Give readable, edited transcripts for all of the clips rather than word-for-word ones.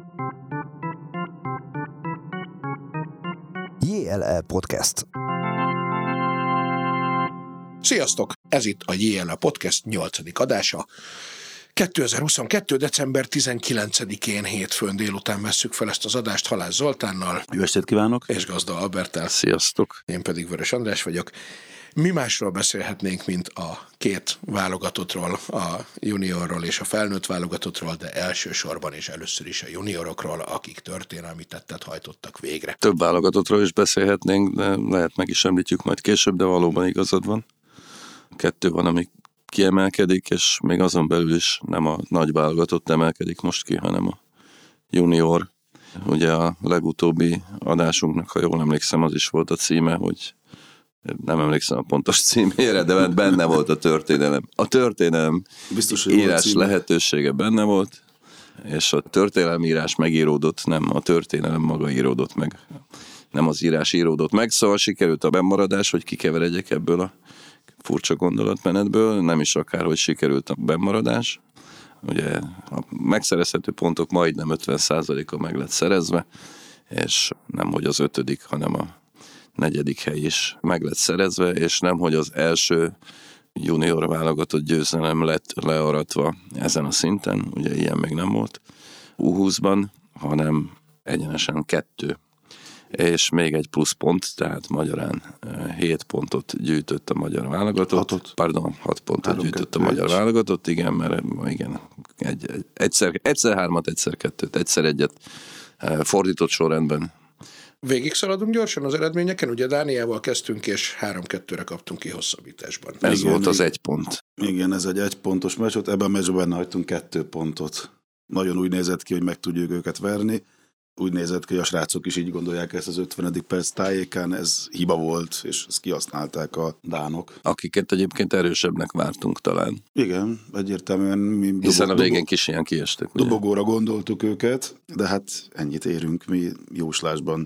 JLE Podcast. Sziasztok! Ez itt a JLE Podcast 8. adása. 2022. december 19-én hétfőn délután vesszük fel ezt az adást Halász Zoltánnal. Jó estét kívánok! És Gazda Alberttel. Sziasztok! Én pedig Vörös András vagyok. Mi másról beszélhetnénk, mint a két válogatottról, a juniorról és a felnőtt válogatottról, de elsősorban és először is a juniorokról, akik történelmi tettet hajtottak végre. Több válogatottról is beszélhetnénk, de lehet meg is említjük majd később, de valóban igazad van. 2 van, ami kiemelkedik, és még azon belül is nem a nagy válogatott emelkedik most ki, hanem a junior. Ugye a legutóbbi adásunknak, ha jól emlékszem, az is volt a címe, hogy nem emlékszem a pontos címére, de benne volt a történelem. A történelem biztos, írás lehetősége benne volt, és a történelemírás megíródott, nem a történelem maga íródott meg. Nem az írás íródott meg, szóval sikerült a bennmaradás, hogy kikeveredjek ebből a furcsa gondolatmenetből, nem is akárhogy sikerült a bennmaradás. Ugye a megszerezhető pontok majdnem 50%-a meg lett szerezve, és nem hogy az 5., hanem a 4. hely is meg lett szerezve, és nem hogy az első junior válogatott győzelem lett learatva ezen a szinten, ugye ilyen még nem volt U20-ban, hanem egyenesen 2. És még egy plusz pont, tehát magyarán 7 pontot gyűjtött a magyar válogatott. 6 pontot gyűjtött a magyar válogatott, igen, mert igen, egyszer 3-at, egyszer 2-t, egyszer 1-et fordított sorrendben. Végig szaladunk gyorsan az eredményeken, ugye Dániával kezdtünk, és 3-2-re kaptunk ki hosszabbításban. Ez volt az 1 pont. Igen, ez egy 1 pontos meccs volt, ebben a meccsben benne hagytunk 2 pontot. Nagyon úgy nézett ki, hogy meg tudjuk őket verni. Úgy nézett ki, hogy a srácok is így gondolják ezt az 50. perc tájékán, ez hiba volt, és ezt kihasználták a dánok. Akiket egyébként erősebbnek vártunk talán. Igen, egyértelműen mi hiszen a végén kis ilyen kiestek. Dobogóra gondoltuk őket, de hát ennyit érünk mi jóslásban.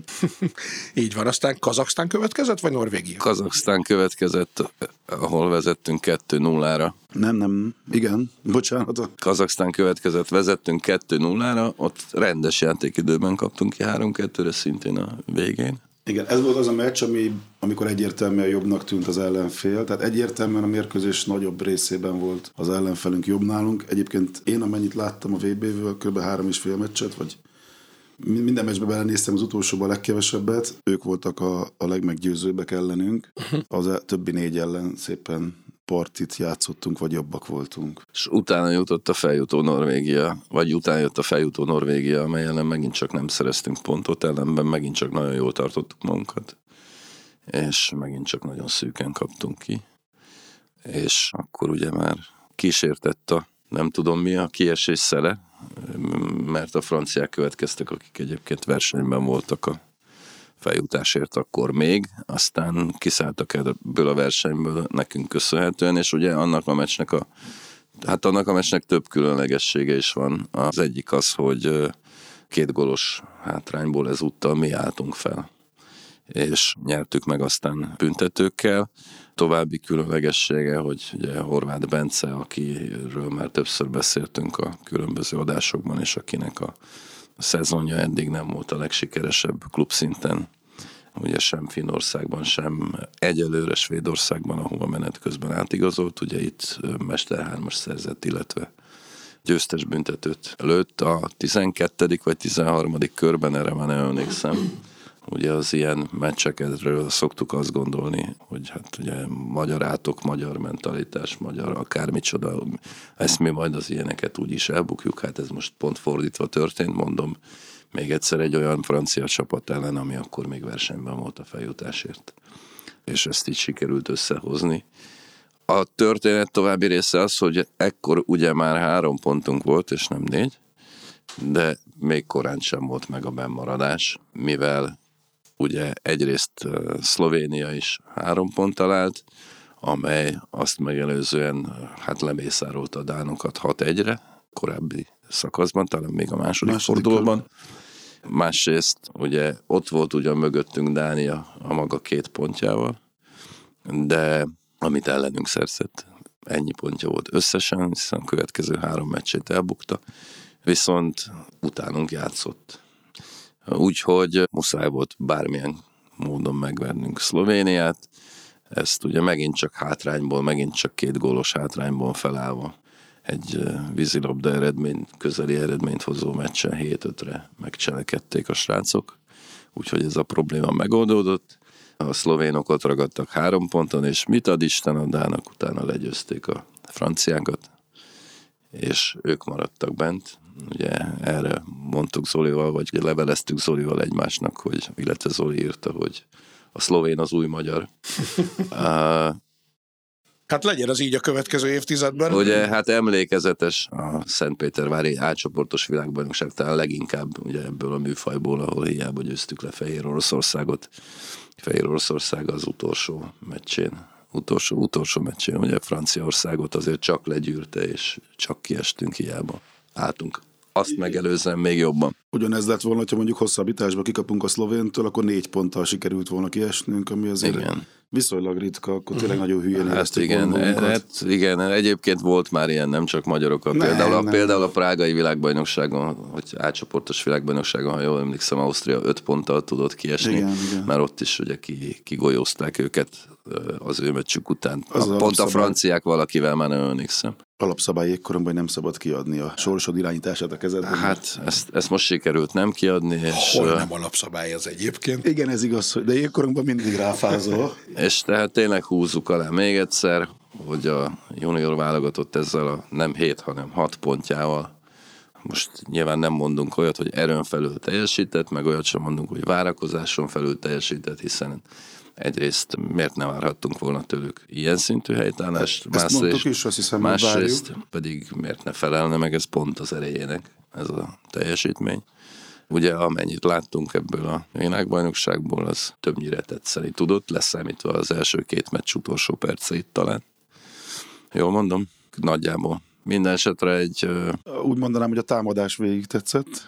Így van, aztán Kazaksztán következett, vagy Norvégia? Kazaksztán következett, ahol vezettünk 2-0-ra. Nem, igen, bocsánat. Kazaksztán következett, vezettünk 2-0-ra, ott rendes játékidőben kaptunk ki 3-2-re szintén a végén. Igen, ez volt az a meccs, amikor egyértelműen jobbnak tűnt az ellenfél, tehát egyértelműen a mérkőzés nagyobb részében volt az ellenfelünk jobb nálunk. Egyébként én amennyit láttam a VB-ből, kb. 3,5 meccset, vagy minden meccsbe belenéztem, az utolsóban a legkevesebbet, ők voltak a legmeggyőzőbbek ellenünk, az többi 4 ellen szépen partit játszottunk, vagy jobbak voltunk. És utána jutott a feljutó Norvégia, vagy utána jött a feljutó Norvégia, amely ellen megint csak nem szereztünk pontot, ellenben megint csak nagyon jól tartottuk magunkat, és megint csak nagyon szűken kaptunk ki. És akkor ugye már kísértett a nem tudom mi a kiesés szele, mert a franciák következtek, akik egyébként versenyben voltak a feljutásért akkor még, aztán kiszálltak ebből a versenyből nekünk köszönhetően, és ugye annak a meccsnek több különlegessége is van. Az egyik az, hogy 2 gólos hátrányból ezúttal mi álltunk fel, és nyertük meg aztán büntetőkkel. További különlegessége, hogy ugye Horváth Bence, akiről már többször beszéltünk a különböző adásokban, és akinek a szezonja eddig nem volt a legsikeresebb klubszinten, ugye sem Finnországban, sem egyelőre Svédországban, ahova menet közben átigazolt, ugye itt Mester 3-as szerzett, illetve győztes büntetőt lőtt a 12. vagy 13. körben, erre már nem emlékszem. Ugye az ilyen meccsekről szoktuk azt gondolni, hogy hát ugye magyar átok, magyar mentalitás, magyar akármicsoda, ezt mi majd az ilyeneket úgyis elbukjuk, hát ez most pont fordítva történt, mondom, még egyszer egy olyan francia csapat ellen, ami akkor még versenyben volt a feljutásért. És ezt így sikerült összehozni. A történet további része az, hogy ekkor ugye már 3 pontunk volt, és nem 4, de még korán sem volt meg a bennmaradás, mivel ugye egyrészt Szlovénia is 3 ponttal állt, amely azt megelőzően lemészárolta a dánokat 6-1-re, korábbi szakaszban, talán még a második fordulóban. Másrészt ugye ott volt ugyan mögöttünk Dánia a maga 2 pontjával, de amit ellenünk szerzett, ennyi pontja volt összesen, hiszen a következő 3 meccsét elbukta, viszont utánunk játszott. Úgyhogy muszáj volt bármilyen módon megvernünk Szlovéniát. Ezt ugye megint csak hátrányból, megint csak 2 gólos hátrányból felállva egy vízilabda közeli eredményt hozó meccsen 7-5-re megcselekedték a srácok. Úgyhogy ez a probléma megoldódott. A szlovénok ott ragadtak 3 ponton, és mit ad Isten a dánok, utána legyőzték a franciákat, és ők maradtak bent. Ugye erre mondtuk Zolival, vagy leveleztük Zolival egymásnak, hogy, illetve Zoli írta, hogy a szlovén az új magyar. Hát legyen az így a következő évtizedben. Ugye, hát emlékezetes a Szentpétervári átcsoportos világbajnokság talán leginkább ugye ebből a műfajból, ahol hiába győztük le Fehér Oroszországot. Fehér Oroszország az utolsó meccsén, ugye Franciaországot azért csak legyűrte, és csak kiestünk, hiába álltunk. Azt megelőzem még jobban. Ugyanez lett volna, hogyha mondjuk hosszabbításba kikapunk a szlovéntől, akkor 4 ponttal sikerült volna kiesnünk, ami azért igen. Viszonylag ritka, akkor tényleg nagyon hülyén hát igen, egyébként volt már ilyen, nem csak magyarokkal. Például a prágai világbajnokságon, hogy átcsoportos világbajnokságon, ha jól emlékszem, Ausztria 5 ponttal tudott kiesni, igen. Már ott is ugye kigolyózták őket az ő meccsük után. Pont a franciák valakivel már nem emlékszem. Alapszabály jégkoromban nem szabad kiadni a sorsod irányítását a kezedben. Hát ezt most sikerült nem kiadni. És hol nem alapszabály az egyébként? Igen, ez igaz, de jégkoromban mindig ráfázol. És tehát tényleg húzzuk alá még egyszer, hogy a junior válogatott ezzel a nem 7, hanem 6 pontjával. Most nyilván nem mondunk olyat, hogy erőn felül teljesített, meg olyat sem mondunk, hogy várakozáson felül teljesített, hiszen egyrészt miért nem várhattunk volna tőlük ilyen szintű helytállást, másrészt pedig miért ne felelne meg, ez pont az erejének ez a teljesítmény. Ugye amennyit láttunk ebből a világbajnokságból, az többnyire tetszeni tudott, leszámítva az első 2 meccs utolsó perceit talán. Jól mondom? Nagyjából. Minden esetre úgy mondanám, hogy a támadás végig tetszett.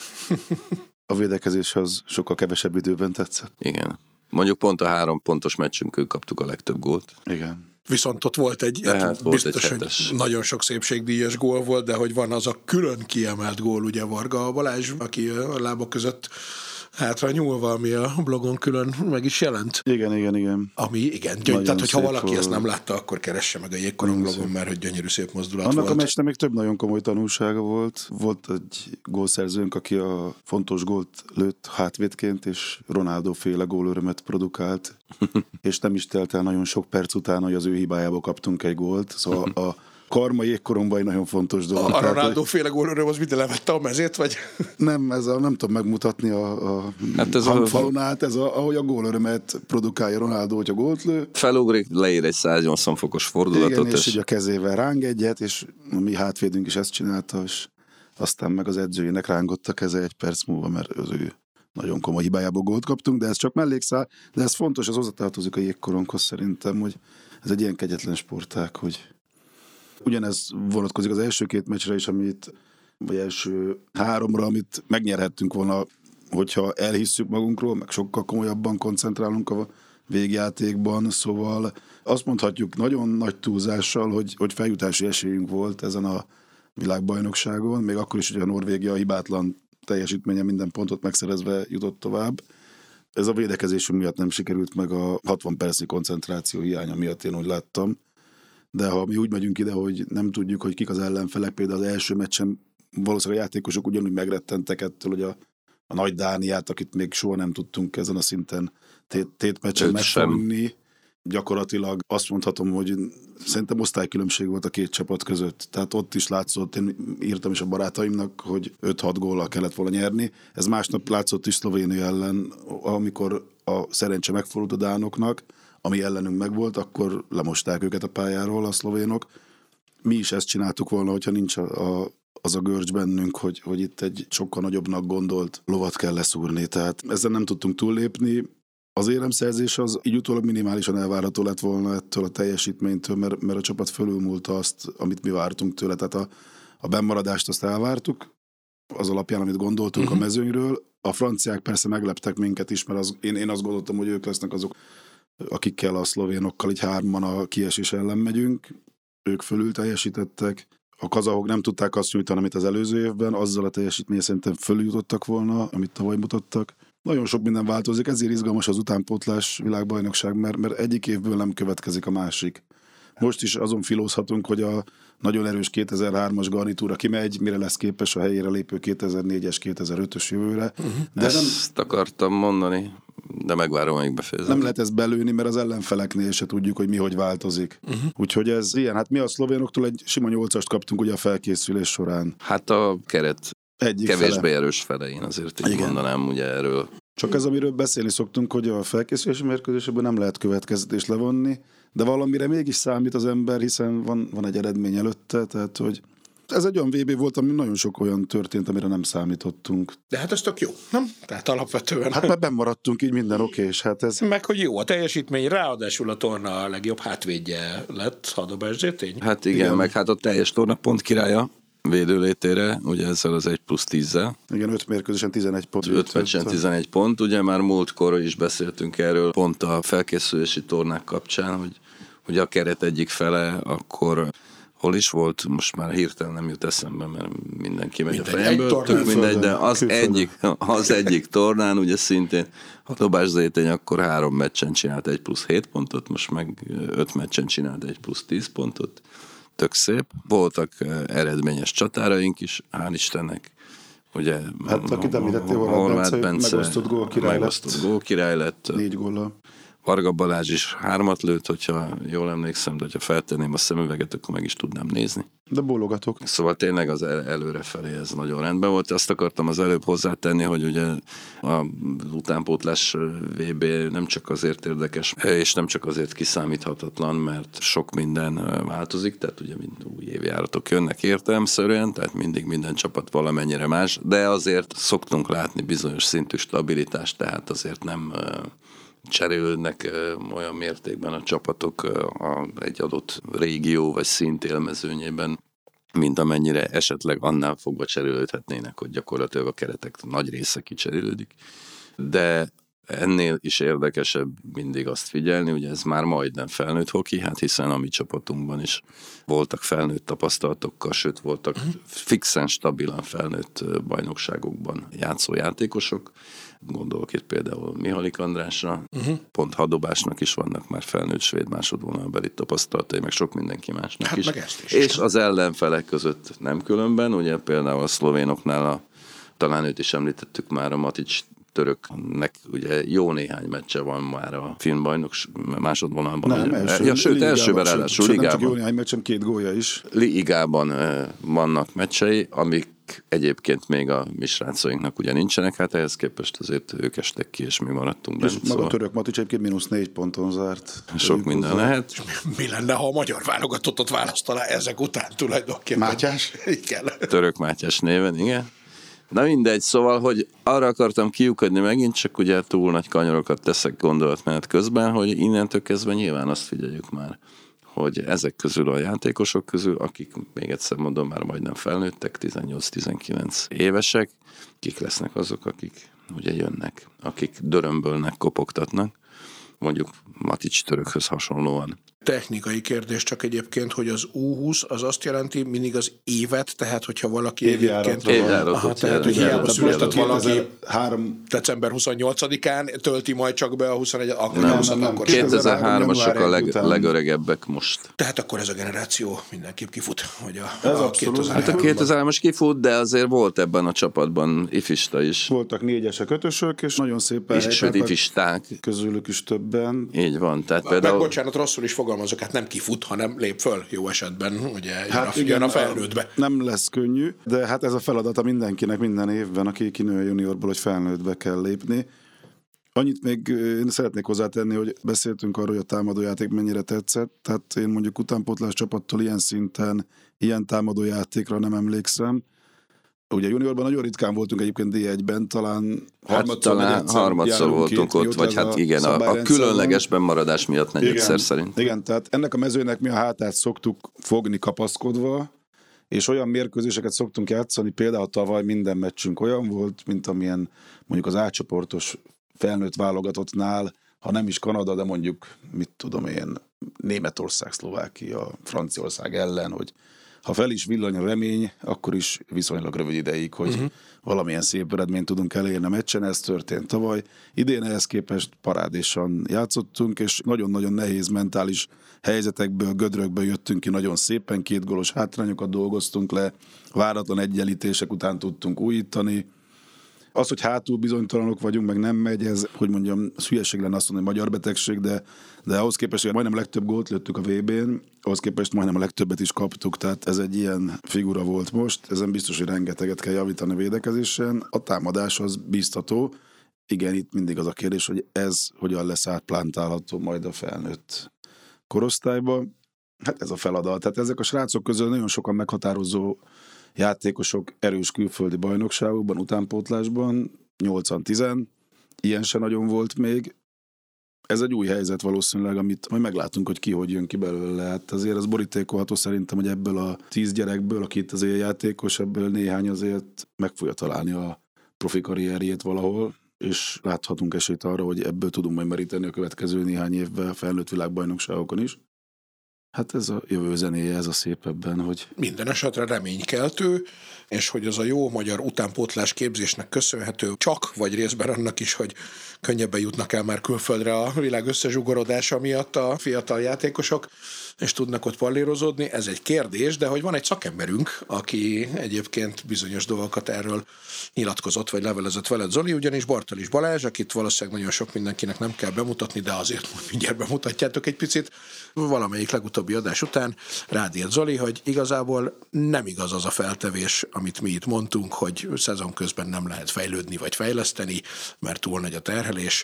A védekezés az sokkal kevesebb időben tetszett. Igen. Mondjuk pont a 3 pontos meccsünkön kaptuk a legtöbb gólt. Igen. Viszont ott volt biztos, hogy nagyon sok szépségdíjas gól volt, de hogy van az a külön kiemelt gól, ugye Varga Balázs, aki a lába között hátra nyúlva, ami a blogon külön meg is jelent. Igen. Ami igen, tehát hogyha valaki ezt nem látta, akkor keresse meg a Jégkorong blogon, mert hogy gyönyörű szép mozdulat annak volt. A meccsnek még több nagyon komoly tanulsága volt. Volt egy gólszerzőnk, aki a fontos gólt lőtt hátvédként, és Ronaldo féle gólörömet produkált, és nem is telt el nagyon sok perc után, hogy az ő hibájából kaptunk egy gólt. Szóval a karma jégkoromban egy nagyon fontos dolog. A Ronaldo féle gólöröm az mit levette a mezét, vagy? Nem, nem tudom megmutatni a hangfalon át, ahogy a gólörömet produkálja Ronaldo, hogy a gólt lő. Felugrik, leír egy 180 fokos fordulatot. Igen, és így a kezével ráng egyet, és a mi hátvédünk is ezt csinálta, és aztán meg az edzőjének rángott a keze 1 perc múlva, mert az ő nagyon komoly hibájából gólt kaptunk, de ez csak mellékszál, de ez fontos, az hozzátartozik a jégkoronghoz szerintem, hogy ez egy ilyen kegyetlen sportág, hogy ugyanez vonatkozik az első 2 meccsre is, vagy első 3-ra, amit megnyerhettünk volna, hogyha elhisszük magunkról, meg sokkal komolyabban koncentrálunk a végjátékban, szóval azt mondhatjuk nagyon nagy túlzással, hogy feljutási esélyünk volt ezen a világbajnokságon, még akkor is, hogy a Norvégia hibátlan teljesítménye minden pontot megszerezve jutott tovább. Ez a védekezésünk miatt nem sikerült meg, a 60 percnyi koncentráció hiánya miatt én úgy láttam. De ha mi úgy megyünk ide, hogy nem tudjuk, hogy kik az ellenfelek, például az első meccsen valószínűleg a játékosok ugyanúgy megrettentek ettől, hogy a nagy Dániát, akit még soha nem tudtunk ezen a szinten tétmeccsen megfogni. Gyakorlatilag azt mondhatom, hogy szerintem osztálykülönbség volt a 2 csapat között. Tehát ott is látszott, én írtam is a barátaimnak, hogy 5-6 góllal kellett volna nyerni. Ez másnap látszott is Szlovénia ellen, amikor a szerencse megfordult a dánoknak, ami ellenünk megvolt, akkor lemosták őket a pályáról a szlovénok. Mi is ezt csináltuk volna, hogyha nincs az a görcs bennünk, hogy itt egy sokkal nagyobbnak gondolt lovat kell leszúrni. Tehát ezzel nem tudtunk túllépni. Az éremszerzés az így utólag minimálisan elvárható lett volna ettől a teljesítménytől, mert a csapat fölülmúlta azt, amit mi vártunk tőle. Tehát a bennmaradást azt elvártuk, az alapján, amit gondoltunk a mezőnyről. A franciák persze megleptek minket is, mert én azt gondoltam, hogy ők lesznek azok, akikkel a szlovénokkal így 3-an a kiesés ellen megyünk. Ők fölül teljesítettek. A kazahok nem tudták azt nyújtani, amit az előző évben, azzal a teljesítmény szerintem följutottak volna, amit tavaly mutattak. Nagyon sok minden változik, ezért izgalmas az utánpótlás világbajnokság, mert egyik évből nem következik a másik. Most is azon filózhatunk, hogy a nagyon erős 2003-as garnitúra kimegy, mire lesz képes a helyére lépő 2004-es, 2005-ös jövőre. De ezt akartam mondani, de megvárom, amíg befejezem. Nem lehet ezt belőni, mert az ellenfeleknél se tudjuk, hogy mi hogy változik. Úgyhogy ez ilyen. Hát mi a szlovénoktól egy sima 8-ast kaptunk ugye a felkészülés során. Hát a keret Egyik kevésbé fele. erős fele, én azért így mondanám ugye erről. Csak ez, amiről beszélni szoktunk, hogy a felkészülési mérkőzéseből nem lehet következtetést levonni, de valamire mégis számít az ember, hiszen van egy eredmény előtte, tehát hogy ez egy olyan VB volt, ami nagyon sok olyan történt, amire nem számítottunk. De hát ez tök jó, nem? Tehát alapvetően. Hát már bennmaradtunk, így minden oké, és hát ez... Meg, hogy jó a teljesítmény, ráadásul a torna a legjobb hátvédje lett, Hadobás Zsétény. Hát igen, meg hát a teljes torna pont királya védőlétére, ugye ezzel az 1+10-zel. Igen, 5 mérkőzésen 11 pont. 5 meccsen 11 pont, ugye már múltkor is beszéltünk erről, pont a felkészülési tornák kapcsán, hogy ugye a keret egyik fele, akkor hol is volt, most már hirtelen nem jut eszembe, mert mindenki megy a fejemből, tök mindegy, de az egyik tornán, ugye szintén a Dobás Zétény akkor 3 meccsen csinált 1+7 pontot, most meg 5 meccsen csinált 1+10 pontot, tök szép. Voltak eredményes csatáraink is, hál' Istennek. Ugye, hát akit említettél, Horváth Bence megosztott gólkirály lett. 4 góllal. Varga Balázs is 3 lőtt, hogyha jól emlékszem, de hogyha feltenném a szemüveget, akkor meg is tudnám nézni. De bólogatok. Szóval tényleg az előrefelé ez nagyon rendben volt. Azt akartam az előbb hozzátenni, hogy ugye az utánpótlás VB nem csak azért érdekes, és nem csak azért kiszámíthatatlan, mert sok minden változik, tehát ugye mind új évjáratok jönnek értelemszerűen, tehát mindig minden csapat valamennyire más, de azért szoktunk látni bizonyos szintű stabilitást, tehát azért nem cserélődnek olyan mértékben a csapatok egy adott régió vagy szint élmezőnyében, mint amennyire esetleg annál fogva cserélődhetnének, hogy gyakorlatilag a keretek nagy része kicserélődik. De ennél is érdekesebb mindig azt figyelni, ugye ez már majdnem felnőtt hoki, hát hiszen a mi csapatunkban is voltak felnőtt tapasztalatokkal, sőt voltak fixen, stabilan felnőtt bajnokságokban játszó játékosok. Gondolok itt például Mihalik Andrásra, pont Hadobásnak is vannak már felnőtt svéd másodvonalbeli tapasztalatai, meg sok mindenki másnak hát is. is. És az ellenfelek között nem különben, ugye például a szlovénoknál, talán őt is említettük már, a Matics töröknek ugye jó néhány meccse van már a filmbajnok másodvonalban. Nem, elsőben ráadásul ligában. Nem csak jó néhány meccsem, 2 gólja is. Ligában vannak meccsei, amik egyébként még a mi srácainknak ugye nincsenek, hát ehhez képest azért ők estek ki, és mi maradtunk benne. És maga szóval... török Matics egyébként -4 ponton zárt. Sok minden lehet. Mi lenne, ha a magyar válogatottat választaná ezek után tulajdonképpen? Mátyás? Igen. Török Mátyás néven, igen. Na mindegy, szóval, hogy arra akartam kiukadni megint, csak ugye túl nagy kanyarokat teszek gondolatmenet közben, hogy innentől kezdve nyilván azt figyeljük már, hogy ezek közül a játékosok közül, akik még egyszer mondom, már majdnem felnőttek, 18-19 évesek, kik lesznek azok, akik ugye jönnek, akik dörömbölnek, kopogtatnak, mondjuk Matics törökhöz hasonlóan. Technikai kérdés csak egyébként, hogy az U20 az azt jelenti mindig az évet, tehát hogyha valaki évjáratot tehát hogy hiába született valaki 3... december 28-án tölti majd csak be a 21 akkor nem, 2003-asok a legöregebbek most. Tehát akkor ez a generáció mindenképp kifut, hogy ez abszolút. Hát a 2003-as kifut, de azért volt ebben a csapatban ifista is. Voltak 4-esek, 5-ösök, és nagyon szépen sőt, ifisták. Közülük is többen. Így van. Tehát például... Bocsánat, rosszul is fogalmazok, hát nem kifut, hanem lép föl jó esetben, ugye hát jön a felnőttbe. Nem lesz könnyű, de hát ez a feladata mindenkinek minden évben, aki kinő a juniorból, hogy felnőttbe kell lépni. Annyit még én szeretnék hozzátenni, hogy beszéltünk arról, hogy a támadójáték mennyire tetszett, tehát én mondjuk utánpótlás csapattól ilyen szinten, ilyen támadójátékra nem emlékszem. Ugye juniorban nagyon ritkán voltunk egyébként D1-ben, talán harmadszor voltunk ott, vagy hát igen, a különlegesben maradás miatt negyedszer szerint. Igen, tehát ennek a mezőnek mi a hátát szoktuk fogni kapaszkodva, és olyan mérkőzéseket szoktunk játszani, például tavaly minden meccsünk olyan volt, mint amilyen mondjuk az A-csoportos felnőtt válogatottnál, ha nem is Kanada, de mondjuk, mit tudom én, Németország, Szlovákia, Franciaország ellen, hogy ha fel is villany a remény, akkor is viszonylag rövid ideig, hogy valamilyen szép eredményt tudunk elérni a meccsen, ez történt tavaly. Idén ehhez képest parádésan játszottunk, és nagyon-nagyon nehéz mentális helyzetekből, gödrökből jöttünk ki nagyon szépen, 2 gólos hátrányokat dolgoztunk le, váratlan egyenlítések után tudtunk újítani. Az, hogy hátul bizonytalanok vagyunk, meg nem megy, ez, hogy mondjam, hülyeség lenne azt mondani, hogy magyar betegség, de ahhoz képest, hogy majdnem a legtöbb gólt lőttük a VB-n, ahhoz képest majdnem a legtöbbet is kaptuk, tehát ez egy ilyen figura volt most, ezen biztos, hogy rengeteget kell javítani a védekezésen. A támadás az biztató. Igen, itt mindig az a kérdés, hogy ez hogyan lesz átplántálható majd a felnőtt korosztályba. Hát ez a feladat. Tehát ezek a srácok közül nagyon sokan meghatározó játékosok erős külföldi bajnokságokban, utánpótlásban, 8-10, ilyen se nagyon volt még. Ez egy új helyzet valószínűleg, amit majd meglátunk, hogy ki hogy jön ki belőle. Hát azért az borítékolható szerintem, hogy ebből a 10 gyerekből, akit azért játékos, ebből néhány azért meg fogja találni a profi karrierjét valahol, és láthatunk esélyt arra, hogy ebből tudunk majd meríteni a következő néhány évben a felnőtt világbajnokságokon is. Hát ez a jövő zenéje, ez a szép ebben, hogy... Minden esetre reménykeltő, és hogy az a jó magyar utánpótlás képzésnek köszönhető csak, vagy részben annak is, hogy könnyebben jutnak el már külföldre a világ összezsugorodása miatt a fiatal játékosok, és tudnak ott pallérozódni. Ez egy kérdés, de hogy van egy szakemberünk, aki egyébként bizonyos dolgokat erről nyilatkozott, vagy levelezett veled, Zoli, ugyanis Bartalis Balázs, akit valószínűleg nagyon sok mindenkinek nem kell bemutatni, de azért mindjárt bemutatjátok egy picit, valamelyik legutóbbi adás után rád írt Zoli, hogy igazából nem igaz az a feltevés, amit mi itt mondtunk, hogy szezon közben nem lehet fejlődni vagy fejleszteni, mert túl nagy a terhelés,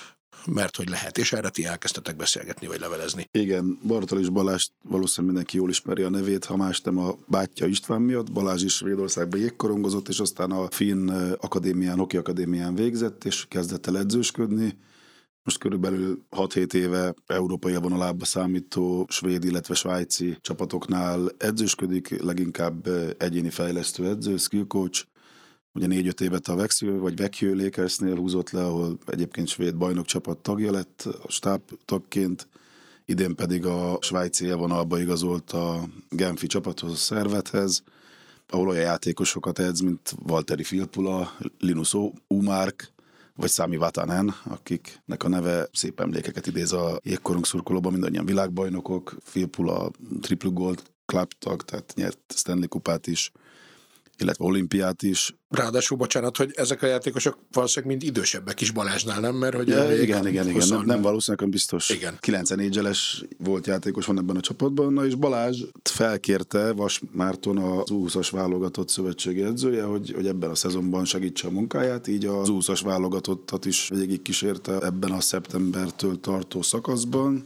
mert hogy lehet, és erre ti elkezdtetek beszélgetni vagy levelezni. Igen, Bartalis Balázs valószínűleg mindenki jól ismeri a nevét, ha más nem a bátyja István miatt. Balázs is Svédországban jégkorongozott, és aztán a Finn akadémián, hoki akadémián végzett, és kezdett el edzősködni. Most körülbelül 6-7 éve európai vonalába számító svéd, illetve svájci csapatoknál edzősködik, leginkább egyéni fejlesztő edző, skill coach. Ugye 4-5 évet a Vecchio Lakersnél húzott le, ahol egyébként svéd bajnokcsapat tagja lett a stábtagként, idén pedig a svájci élvonalba igazolt a Genfi csapathoz, a Servethez, ahol olyan játékosokat edz, mint Valtteri Filppula, Linus Umark, vagy Sami Vatanen, akiknek a neve szép emlékeket idéz a jégkorong szurkolóban, mindannyian világbajnokok, Filppula triple gold club tag, tehát nyert Stanley kupát is, illetve olimpiát is. Ráadásul, bocsánat, hogy ezek a játékosok valószínűleg mind idősebbek is Balázsnál, nem? Mert hogy igen. Nem valószínűleg, biztos. Igen. 94-es volt játékos van ebben a csapatban, na és Balázs felkérte Vas Márton, az U20-as válogatott szövetségi edzője, hogy ebben a szezonban segítse a munkáját, így az U20-as válogatottat is végig kísérte ebben a szeptembertől tartó szakaszban,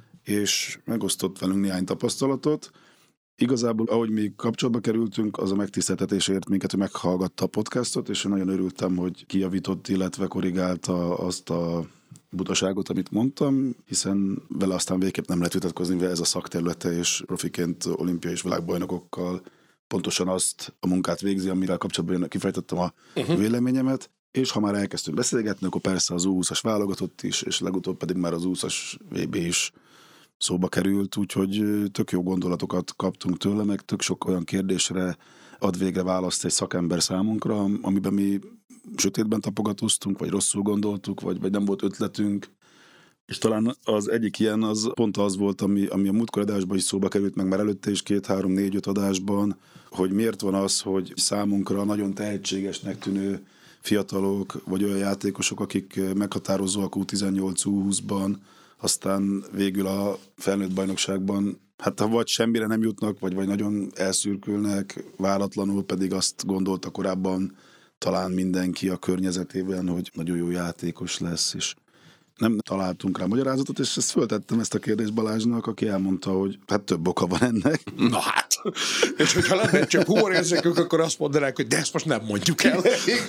és megosztott velünk néhány tapasztalatot. Igazából, ahogy mi kapcsolatba kerültünk, az a megtiszteltetés ért minket, hogy meghallgatta a podcastot, és nagyon örültem, hogy kijavított, illetve korrigálta azt a butaságot, amit mondtam, hiszen vele aztán végképp nem lehet vitatkozni, mivel ez a szakterülete, és profiként olimpiai és világbajnokokkal pontosan azt a munkát végzi, amivel kapcsolatban kifejtettem a véleményemet. És ha már elkezdtünk beszélgetni, akkor persze az U20-as válogatott is, és legutóbb pedig már az U20-as VB is szóba került, úgyhogy tök jó gondolatokat kaptunk tőle, meg tök sok olyan kérdésre ad végre választ egy szakember számunkra, amiben mi sötétben tapogatóztunk, vagy rosszul gondoltuk, vagy nem volt ötletünk. És talán az egyik ilyen az pont az volt, ami a múltkor adásban is szóba került, meg már előtte is 2-3-4-5 adásban, hogy miért van az, hogy számunkra nagyon tehetségesnek tűnő fiatalok, vagy olyan játékosok, akik meghatározóak U18, U20-ban, aztán végül a felnőtt bajnokságban, hát ha vagy semmire nem jutnak, vagy nagyon elszürkülnek, váratlanul pedig azt gondolta korábban talán mindenki a környezetében, hogy nagyon jó játékos lesz, és nem találtunk rá magyarázatot, és ezt föltettem ezt a kérdést Balázsnak, aki elmondta, hogy hát több oka van ennek. Na hát, és hogyha lenne csak humorérzékünk, akkor azt mondanák, hogy de ezt most nem mondjuk el.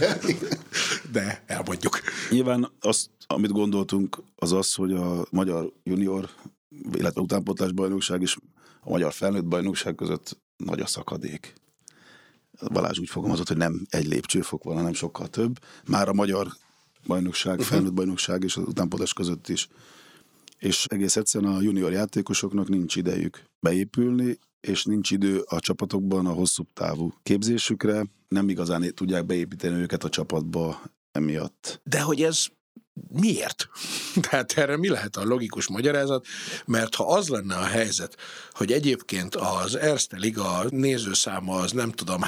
De elmondjuk. Nyilván azt, amit gondoltunk, az, hogy a magyar junior, illetve utánpótlás bajnokság és a magyar felnőtt bajnokság között nagy a szakadék. Balázs úgy fogalmazott, hogy nem egy lépcsőfok van, hanem sokkal több. Már a magyar bajnokság, felnőtt bajnokság és az utánpótlás között is. És egész egyszerűen a junior játékosoknak nincs idejük beépülni, és nincs idő a csapatokban a hosszú távú képzésükre, nem igazán tudják beépíteni őket a csapatba emiatt. De hogy ez miért? Tehát erre mi lehet a logikus magyarázat? Mert ha az lenne a helyzet, hogy egyébként az Erste Liga nézőszáma az nem tudom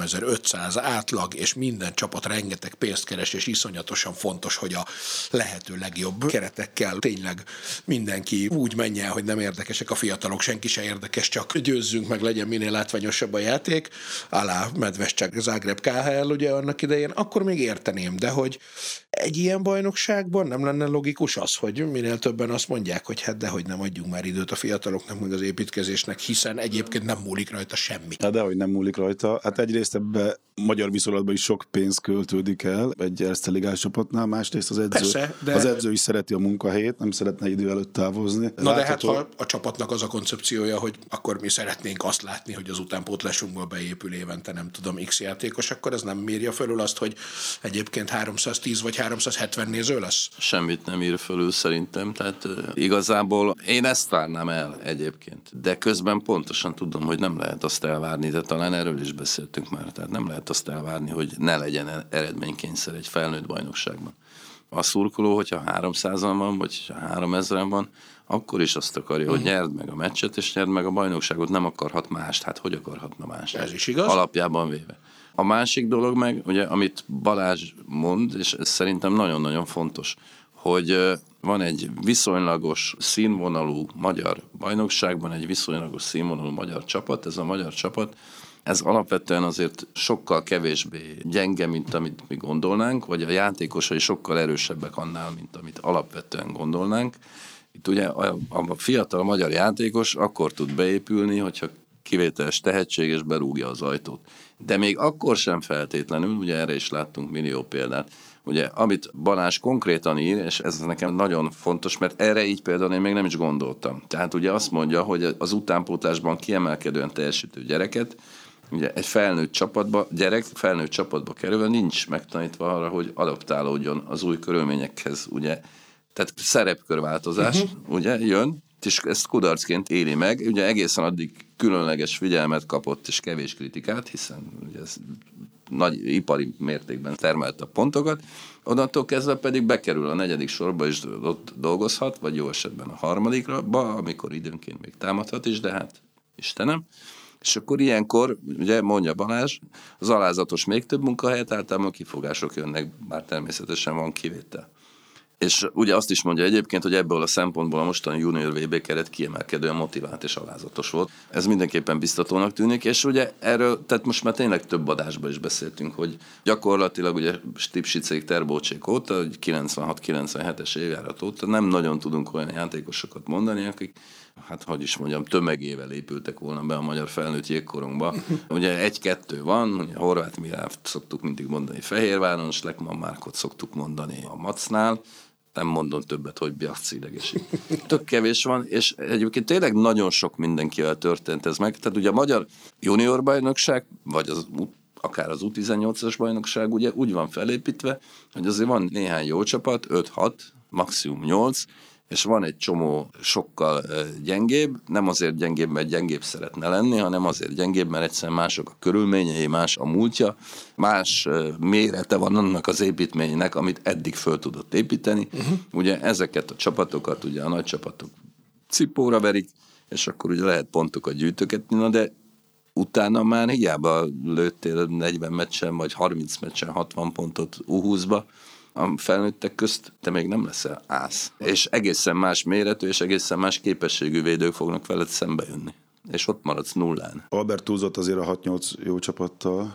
3500 átlag, és minden csapat rengeteg pénzt keres, és iszonyatosan fontos, hogy a lehető legjobb keretekkel tényleg mindenki úgy menjen, hogy nem érdekesek a fiatalok, senki se érdekes, csak győzzünk meg, legyen minél látványosabb a játék, alá Medvescsak Zágráb KHL ugye annak idején, akkor még érteném, de hogy egy ilyen bajnokságban nem lenne logikus az, hogy minél többen azt mondják, hogy hát dehogy nem adjunk már időt a fiataloknak, meg az építkezésnek, hiszen egyébként nem múlik rajta semmi. Hát dehogy nem múlik rajta. Hát egyrészt ebbe magyar viszonylatban is sok pénz költődik el egy Erste Ligás csapatnál, másrészt az edző, Persze, de... az edző is szereti a munkahelyét, nem szeretne idő előtt távozni. Na de hát ha a csapatnak az a koncepciója, hogy akkor mi szeretnénk azt látni, hogy az utánpótlásunkból beépül évente nem tudom X játékos, akkor ez nem mérja fölül azt, hogy egyébként 310 vagy 370 néző lesz? Semmit nem ír fölül szerintem, tehát igazából én ezt várnám el egyébként, de közben pontosan tudom, hogy nem lehet azt elvárni, de talán erről is beszéltünk már, tehát nem lehet azt elvárni, hogy ne legyen eredménykényszer egy felnőtt bajnokságban. A szurkoló, hogyha 300-an van, vagy 3000-en van, akkor is azt akarja, hogy nyerd meg a meccset, és nyerd meg a bajnokságot, nem akarhat mást. Hát hogy akarhatna mást? Ez is igaz. Alapjában véve. A másik dolog meg, ugye, amit Balázs mond, és ez szerintem nagyon-nagyon fontos, hogy van egy viszonylagos színvonalú magyar bajnokságban, egy viszonylagos színvonalú magyar csapat, ez a magyar csapat, ez alapvetően azért sokkal kevésbé gyenge, mint amit mi gondolnánk, vagy a játékosai sokkal erősebbek annál, mint amit alapvetően gondolnánk. Itt ugye a fiatal magyar játékos akkor tud beépülni, hogyha kivételes tehetség és berúgja az ajtót. De még akkor sem feltétlenül, ugye erre is láttunk millió példát, ugye amit Balázs konkrétan ír, és ez nekem nagyon fontos, mert erre így például én még nem is gondoltam. Tehát ugye azt mondja, hogy az utánpótlásban kiemelkedően teljesítő gyereket, ugye egy felnőtt csapatba kerülve nincs megtanítva arra, hogy adaptálódjon az új körülményekhez, ugye. Tehát szerepkörváltozás, ugye, jön, és ezt kudarcként éli meg, ugye egészen addig különleges figyelmet kapott, és kevés kritikát, hiszen ugye ez nagy ipari mértékben termelte a pontokat, onnantól kezdve pedig bekerül a 4. sorba, és ott dolgozhat, vagy jó esetben a 3. amikor időnként még támadhat is, de hát Istenem. És akkor ilyenkor, ugye mondja Balázs, az alázatos még több munkahelyet, általában kifogások jönnek, bár természetesen van kivétel. És ugye azt is mondja egyébként, hogy ebből a szempontból a mostani junior VB keret kiemelkedően motivált és alázatos volt. Ez mindenképpen biztatónak tűnik, és ugye erről, tehát most már tényleg több adásban is beszéltünk, hogy gyakorlatilag ugye Stipsicék, Terbócsék óta, 96-97-es évjárat óta nem nagyon tudunk olyan játékosokat mondani, akik hát hogy is mondjam, tömegével épültek volna be a magyar felnőtt jégkorunkba. Ugye 1-2 van, ugye Horváth Miláft szoktuk mindig mondani Fehérváron, Schleckmann Márkot szoktuk mondani a Macnál, nem mondom többet, hogy Biafci idegesít. Tök kevés van, és egyébként tényleg nagyon sok mindenkivel történt ez meg. Tehát ugye a magyar junior bajnokság, vagy akár az U18-as bajnokság ugye úgy van felépítve, hogy azért van néhány jó csapat, 5-6, maximum 8, és van egy csomó sokkal gyengébb, nem azért gyengébb, mert gyengébb szeretne lenni, hanem azért gyengébb, mert egyszerűen mások a körülményei, más a múltja, más mérete van annak az építménynek, amit eddig föl tudott építeni. Ugye ezeket a csapatokat, ugye a nagy csapatok cipóra verik, és akkor ugye lehet pontokat gyűjtögetni, na de utána már hiába lőttél 40 meccsen, vagy 30 meccsen 60 pontot U20-ba, a felnőttek közt te még nem leszel ász. És egészen más méretű, és egészen más képességű védők fognak veled szembe jönni. És ott maradsz nullán. Albert túlzott azért a 6-8 jó csapattal.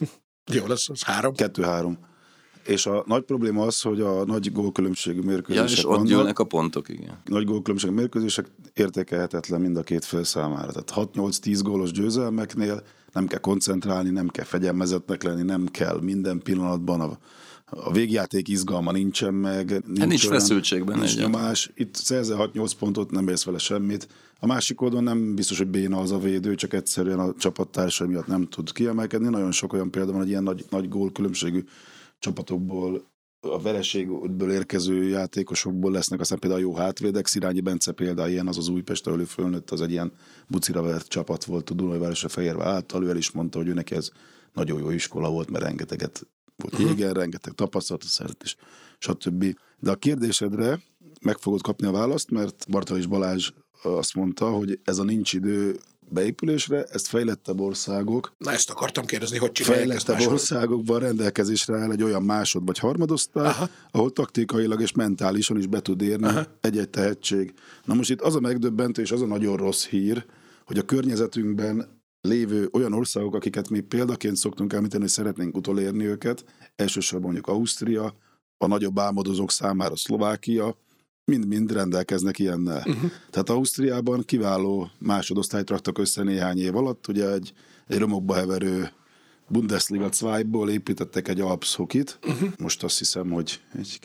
Jó lesz, az 3. 2-3. És a nagy probléma az, hogy a nagy gólkülönbségű mérkőzések és ott gyűlnek a pontok, igen. Nagy gólkülönbségű mérkőzések értékelhetetlen mind a két fél számára. Tehát 6-8-10 gólos győzelmeknél nem kell koncentrálni, nem kell fegyelmezetnek lenni, nem kell minden pillanatban a végjáték izgalma nincsen meg. Nincs feszültségben. Nincs nyomás. Itt szerzel 6-8 pontot, nem érsz vele semmit. A másik oldalon nem biztos, hogy béna az a védő, csak egyszerűen a csapattársai miatt nem tud kiemelkedni. Nagyon sok olyan példa van, hogy ilyen nagy gólkülönbségű csapatokból a vereségből érkező játékosokból lesznek aztán például jó hátvédek. Szirányi Bence például ilyen, az Újpest, ahol ő fölnőtt, az egy ilyen bucira vert csapat volt a Dunajvárosfehérvár által. Ő el is mondta, hogy ő neki ez nagyon jó iskola volt, mert rengeteget volt jégen, rengeteg tapasztalatot szerzett, és stb. De a kérdésedre meg fogod kapni a választ, mert Bartalis Balázs azt mondta, hogy ez a nincs idő beépülésre, ezt fejlettebb országok. Na, ezt akartam kérdezni, hogy csinálják ezt fejlettebb országokban rendelkezésre áll egy olyan másod vagy harmadosztály, ahol taktikailag és mentálisan is be tud érni egy-egy tehetség. Na most itt az a megdöbbentő és az a nagyon rossz hír, hogy a környezetünkben lévő olyan országok, akiket mi példaként szoktunk említeni, hogy szeretnénk utolérni őket, elsősorban mondjuk Ausztria, a nagyobb álmodozók számára Szlovákia, mind-mind rendelkeznek ilyennel. Tehát Ausztriában kiváló másodosztályt raktak össze néhány év alatt, ugye egy romokba heverő Bundesliga 2-ból építettek egy Alps hokit, most azt hiszem, hogy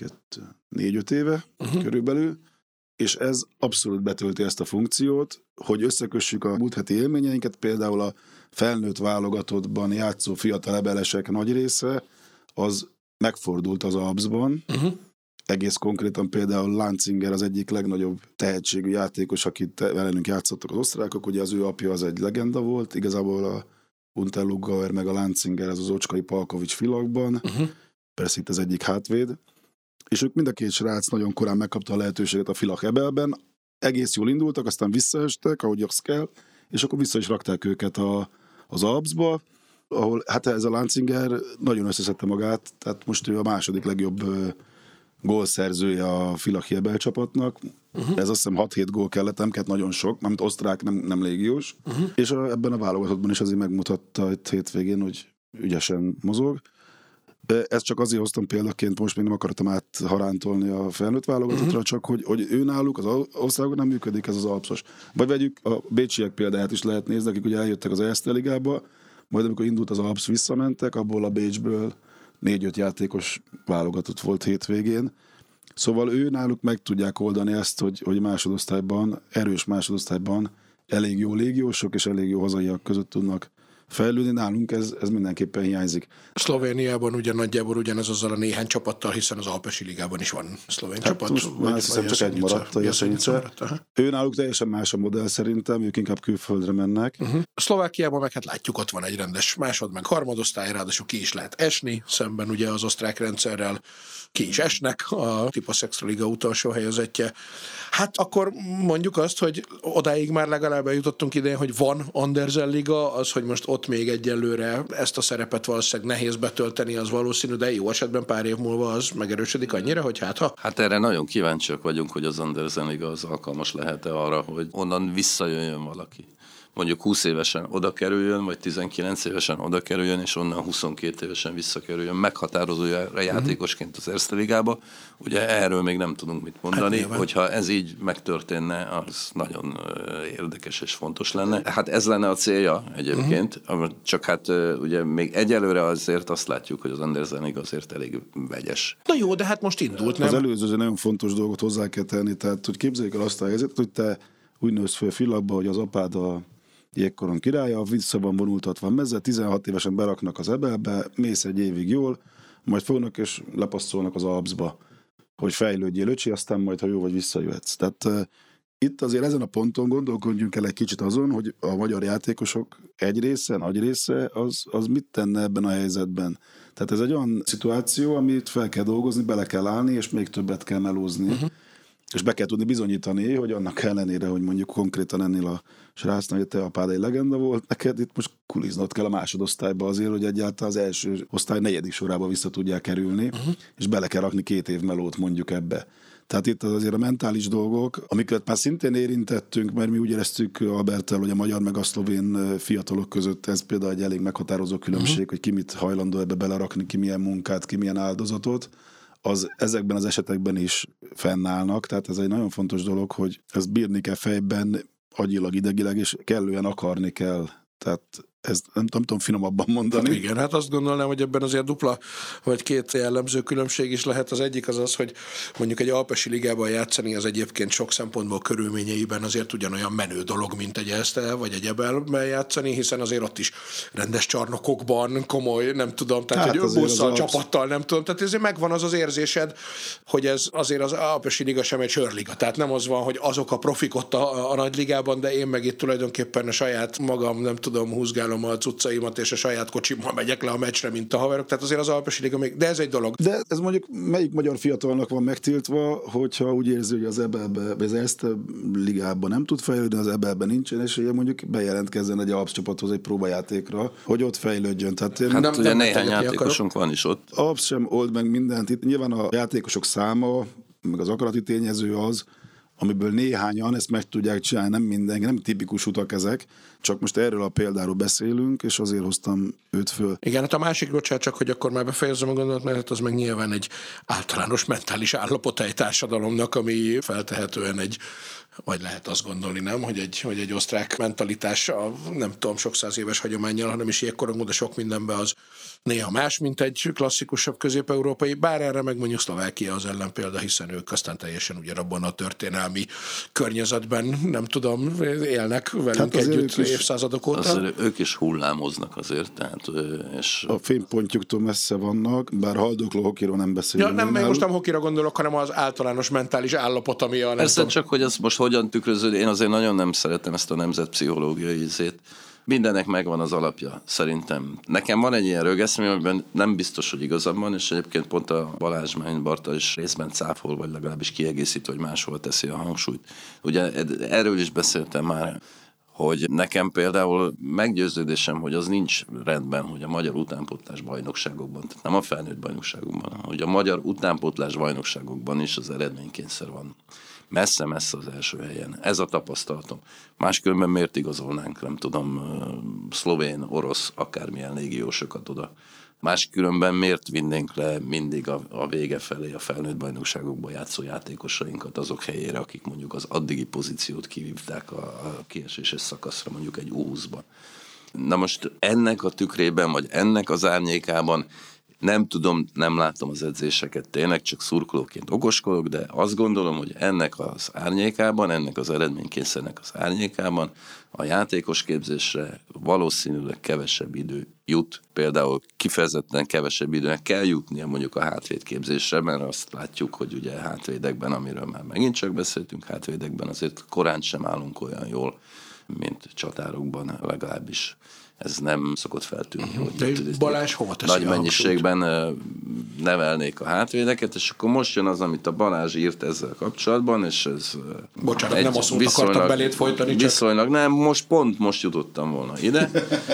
4-5 éve körülbelül, és ez abszolút betölti ezt a funkciót, hogy összekössük a múlt heti élményeinket, például a felnőtt válogatottban játszó fiatal ebelesek nagy része, az megfordult az Alpsban. Egész konkrétan például Lanzinger az egyik legnagyobb tehetségű játékos, akit velünk játszottak az osztrákok, ugye az ő apja az egy legenda volt, igazából a Unterlugauer meg a Lanzinger, ez az Ocskai Palkovics filakban, persze itt az egyik hátvéd, és ők mind a két srác nagyon korán megkapta a lehetőséget a Filak Ebelben, egész jól indultak, aztán visszaestek, ahogy azt kell, és akkor vissza is rakták őket az Alpsba, ahol hát ez a Lanzinger nagyon összeszedte magát, tehát most ő a második legjobb gólszerzője a Filak Ebel csapatnak. Ez azt hiszem 6-7 gól kellett, nem kellett nagyon sok, mármint osztrák, nem légiós, és ebben a válogatottban is azért megmutatta itt hétvégén, hogy ügyesen mozog. Ezt csak azért hoztam példaként, most még nem akartam átharántolni a felnőtt válogatottra, csak hogy ő náluk, az országban nem működik ez az alpszos. Vagy vegyük a bécsiek példáját is lehet nézni, akik ugye eljöttek az Erste Ligába, majd amikor indult az Alps, visszamentek, abból a Bécsből 4-5 játékos válogatott volt hétvégén. Szóval ő náluk meg tudják oldani ezt, hogy másodosztályban, erős másodosztályban elég jó légiósok és elég jó hazaiak között tudnak fejlődni. Nálunk ez mindenképpen hiányzik. Szlovéniában ugye nagyjából ugyanez azzal a néhány csapattal, hiszen az Alpesi Ligában is van szlovén csapat. Most azt hiszem csak egy maradt a Jesenice. Ő náluk teljesen más a modell szerintem, ők inkább külföldre mennek. A Szlovákiában meg hát látjuk, ott van egy rendes másod, meg harmadosztály, ráadásul ki is lehet esni, szemben ugye az osztrák rendszerrel ki is esnek, a Tipasz Extraliga utolsó helyezettje. Hát akkor mondjuk azt, hogy odáig már legalább eljutottunk idén, hogy van Andersen Liga, az, hogy most ott még egyelőre ezt a szerepet valószínűleg nehéz betölteni, az valószínű, de jó esetben pár év múlva az megerősödik annyira, hogy hát. Erre nagyon kíváncsiak vagyunk, hogy az Andersen Liga az alkalmas lehet-e arra, hogy onnan visszajöjjön valaki. Mondjuk 20 évesen oda kerüljön, vagy 19 évesen oda kerüljön, és onnan 22 évesen visszakerüljön meghatározó játékosként az Erste Ligába. Ugye erről még nem tudunk mit mondani, hogyha ez így megtörténne, az nagyon érdekes és fontos lenne. Hát ez lenne a célja egyébként, csak hát ugye még egyelőre azért azt látjuk, hogy az Andersen Liga azért elég vegyes. Na jó, de hát most indult, nem? Az előző nagyon fontos dolgot hozzá kell tenni, tehát hogy képzeljük el azt a helyzetet, hogy te úgy nősz föl Filakba, hogy az apád a jégkoron királya, vissza van vonultatva mezze, 16 évesen beraknak az Ebelbe, mész egy évig jól, majd fognak és lepasszolnak az Alpsba, hogy fejlődjél öcsi, aztán majd, ha jó vagy, visszajöhetsz. Tehát itt azért ezen a ponton gondolkodjunk el egy kicsit azon, hogy a magyar játékosok egy része, nagy része, az mit tenne ebben a helyzetben. Tehát ez egy olyan szituáció, amit fel kell dolgozni, bele kell állni, és még többet kell melózni. És be kell tudni bizonyítani, hogy annak ellenére, hogy mondjuk konkrétan ennél a srácnál, hogy te apád egy legenda volt, neked itt most kuliznod kell a másodosztályba azért, hogy egyáltalán az első osztály 4. sorába vissza tudják kerülni, és bele kell rakni 2 év melót mondjuk ebbe. Tehát itt azért a mentális dolgok, amiket már szintén érintettünk, mert mi úgy éreztük Alberttel, hogy a magyar meg a szlovén fiatalok között ez például egy elég meghatározó különbség, hogy ki mit hajlandó ebbe belerakni, ki milyen munkát, ki milyen áldozatot, az ezekben az esetekben is fennállnak, tehát ez egy nagyon fontos dolog, hogy ezt bírni kell fejben, agyilag, idegileg, és kellően akarni kell. Tehát Ezt nem tudom finomabban mondani. Igen, hát azt gondolnám, hogy ebben azért dupla vagy két jellemző különbség is lehet. Az egyik az, hogy mondjuk egy alpesi ligában játszani az egyébként sok szempontból körülményeiben azért ugyanolyan menő dolog, mint egy Eszter vagy egy Ebelben játszani, hiszen azért ott is rendes csarnokokban, komoly, nem tudom, tehát hogy busszal, csapattal, nem tudom, tehát ezért megvan az érzésed, hogy ez azért az alpesi liga sem egy sörliga. Tehát nem az van, hogy azok a profik ott a nagy ligában, de én meg itt tulajdonképpen a saját magam, nem tudom, húzgálom a cuccaimat, és a saját kocsimmal megyek le a meccsre, mint a haverok. Tehát azért az alpesi liga még, de ez egy dolog. De ez mondjuk melyik magyar fiatalnak van megtiltva, hogyha úgy érzi, hogy az Ebelbe, az Eszter ligában nem tud fejlődni, az Ebelben nincsen esélye, mondjuk bejelentkezzen egy Alps csapathoz egy próbajátékra, hogy ott fejlődjön. Tehát hát ugye néhány játékosunk van is ott. Alps sem old meg mindent. Itt nyilván a játékosok száma, meg az akarati tényező az, amiből néhányan ezt meg tudják csinálni, nem mindenki, nem tipikus utak ezek, csak most erről a példáról beszélünk, és azért hoztam őt föl. Igen, hát a másik, bocsánat, csak hogy akkor már befejezem a gondolat, mert az meg nyilván egy általános mentális állapota egy társadalomnak, ami feltehetően egy, vagy lehet azt gondolni, nem, hogy egy osztrák mentalitás, nem tudom, sok száz éves hagyománnyal, hanem is ilyenkor, de sok mindenben az néha más, mint egy klasszikusabb közép-európai, bár erre meg mondjuk Szlovákia az ellenpélda, hiszen ők aztán teljesen ugyanabban a történelmi környezetben, nem tudom, élnek velünk hát együtt évszázadok óta. Azért ők is hullámoznak azért, tehát és... A fénypontjuktól messze vannak, bár haldokló hokiról nem beszélünk. Ja, nem, még most nem hokira gondolok, hanem az általános mentális állapot, ami a... Persze csak, hogy ez most hogyan tükröződik, én azért nagyon nem szeretem ezt a nemzetpszichológiai ízét. Mindennek megvan az alapja, szerintem. Nekem van egy ilyen rögeszmém, amiben nem biztos, hogy igazam van, és egyébként pont a Balázs Barta is részben cáfol, vagy legalábbis kiegészít, vagy máshol teszi a hangsúlyt. Ugye erről is beszéltem már, hogy nekem például meggyőződésem, hogy az nincs rendben, hogy a magyar utánpótlás bajnokságokban, tehát nem a felnőtt bajnokságokban, hogy a magyar utánpótlás bajnokságokban is az eredménykényszer van. Messze-messze az első helyen. Ez a tapasztalatom. Máskülönben miért igazolnánk, nem tudom, szlovén, orosz, akármilyen légiósokat oda. Máskülönben miért vinnénk le mindig a vége felé a felnőtt bajnokságokban játszó játékosainkat azok helyére, akik mondjuk az addigi pozíciót kivívták a kieséses szakaszra, mondjuk egy U20-ban. Na most ennek a tükrében, vagy ennek az árnyékában nem tudom, nem látom az edzéseket, tényleg csak szurkolóként okoskodok, de azt gondolom, hogy ennek az árnyékában, ennek az eredménykényszernek az árnyékában a játékos képzésre valószínűleg kevesebb idő jut. Például kifejezetten kevesebb időnek kell jutnia mondjuk a hátvédképzésre, mert azt látjuk, hogy ugye hátvédekben, amiről már megint csak beszéltünk, hátvédekben azért korán sem állunk olyan jól, mint csatárokban, legalábbis ez nem szokott feltűnni. Hogy Balázs hova teszi nagy mennyiségben nevelnék a hátvédeket, és akkor most jön az, amit a Balázs írt ezzel kapcsolatban, és ez... Bocsánat, nem a szót akartam belét folytani, csak... Viszonylag nem, most jutottam volna ide.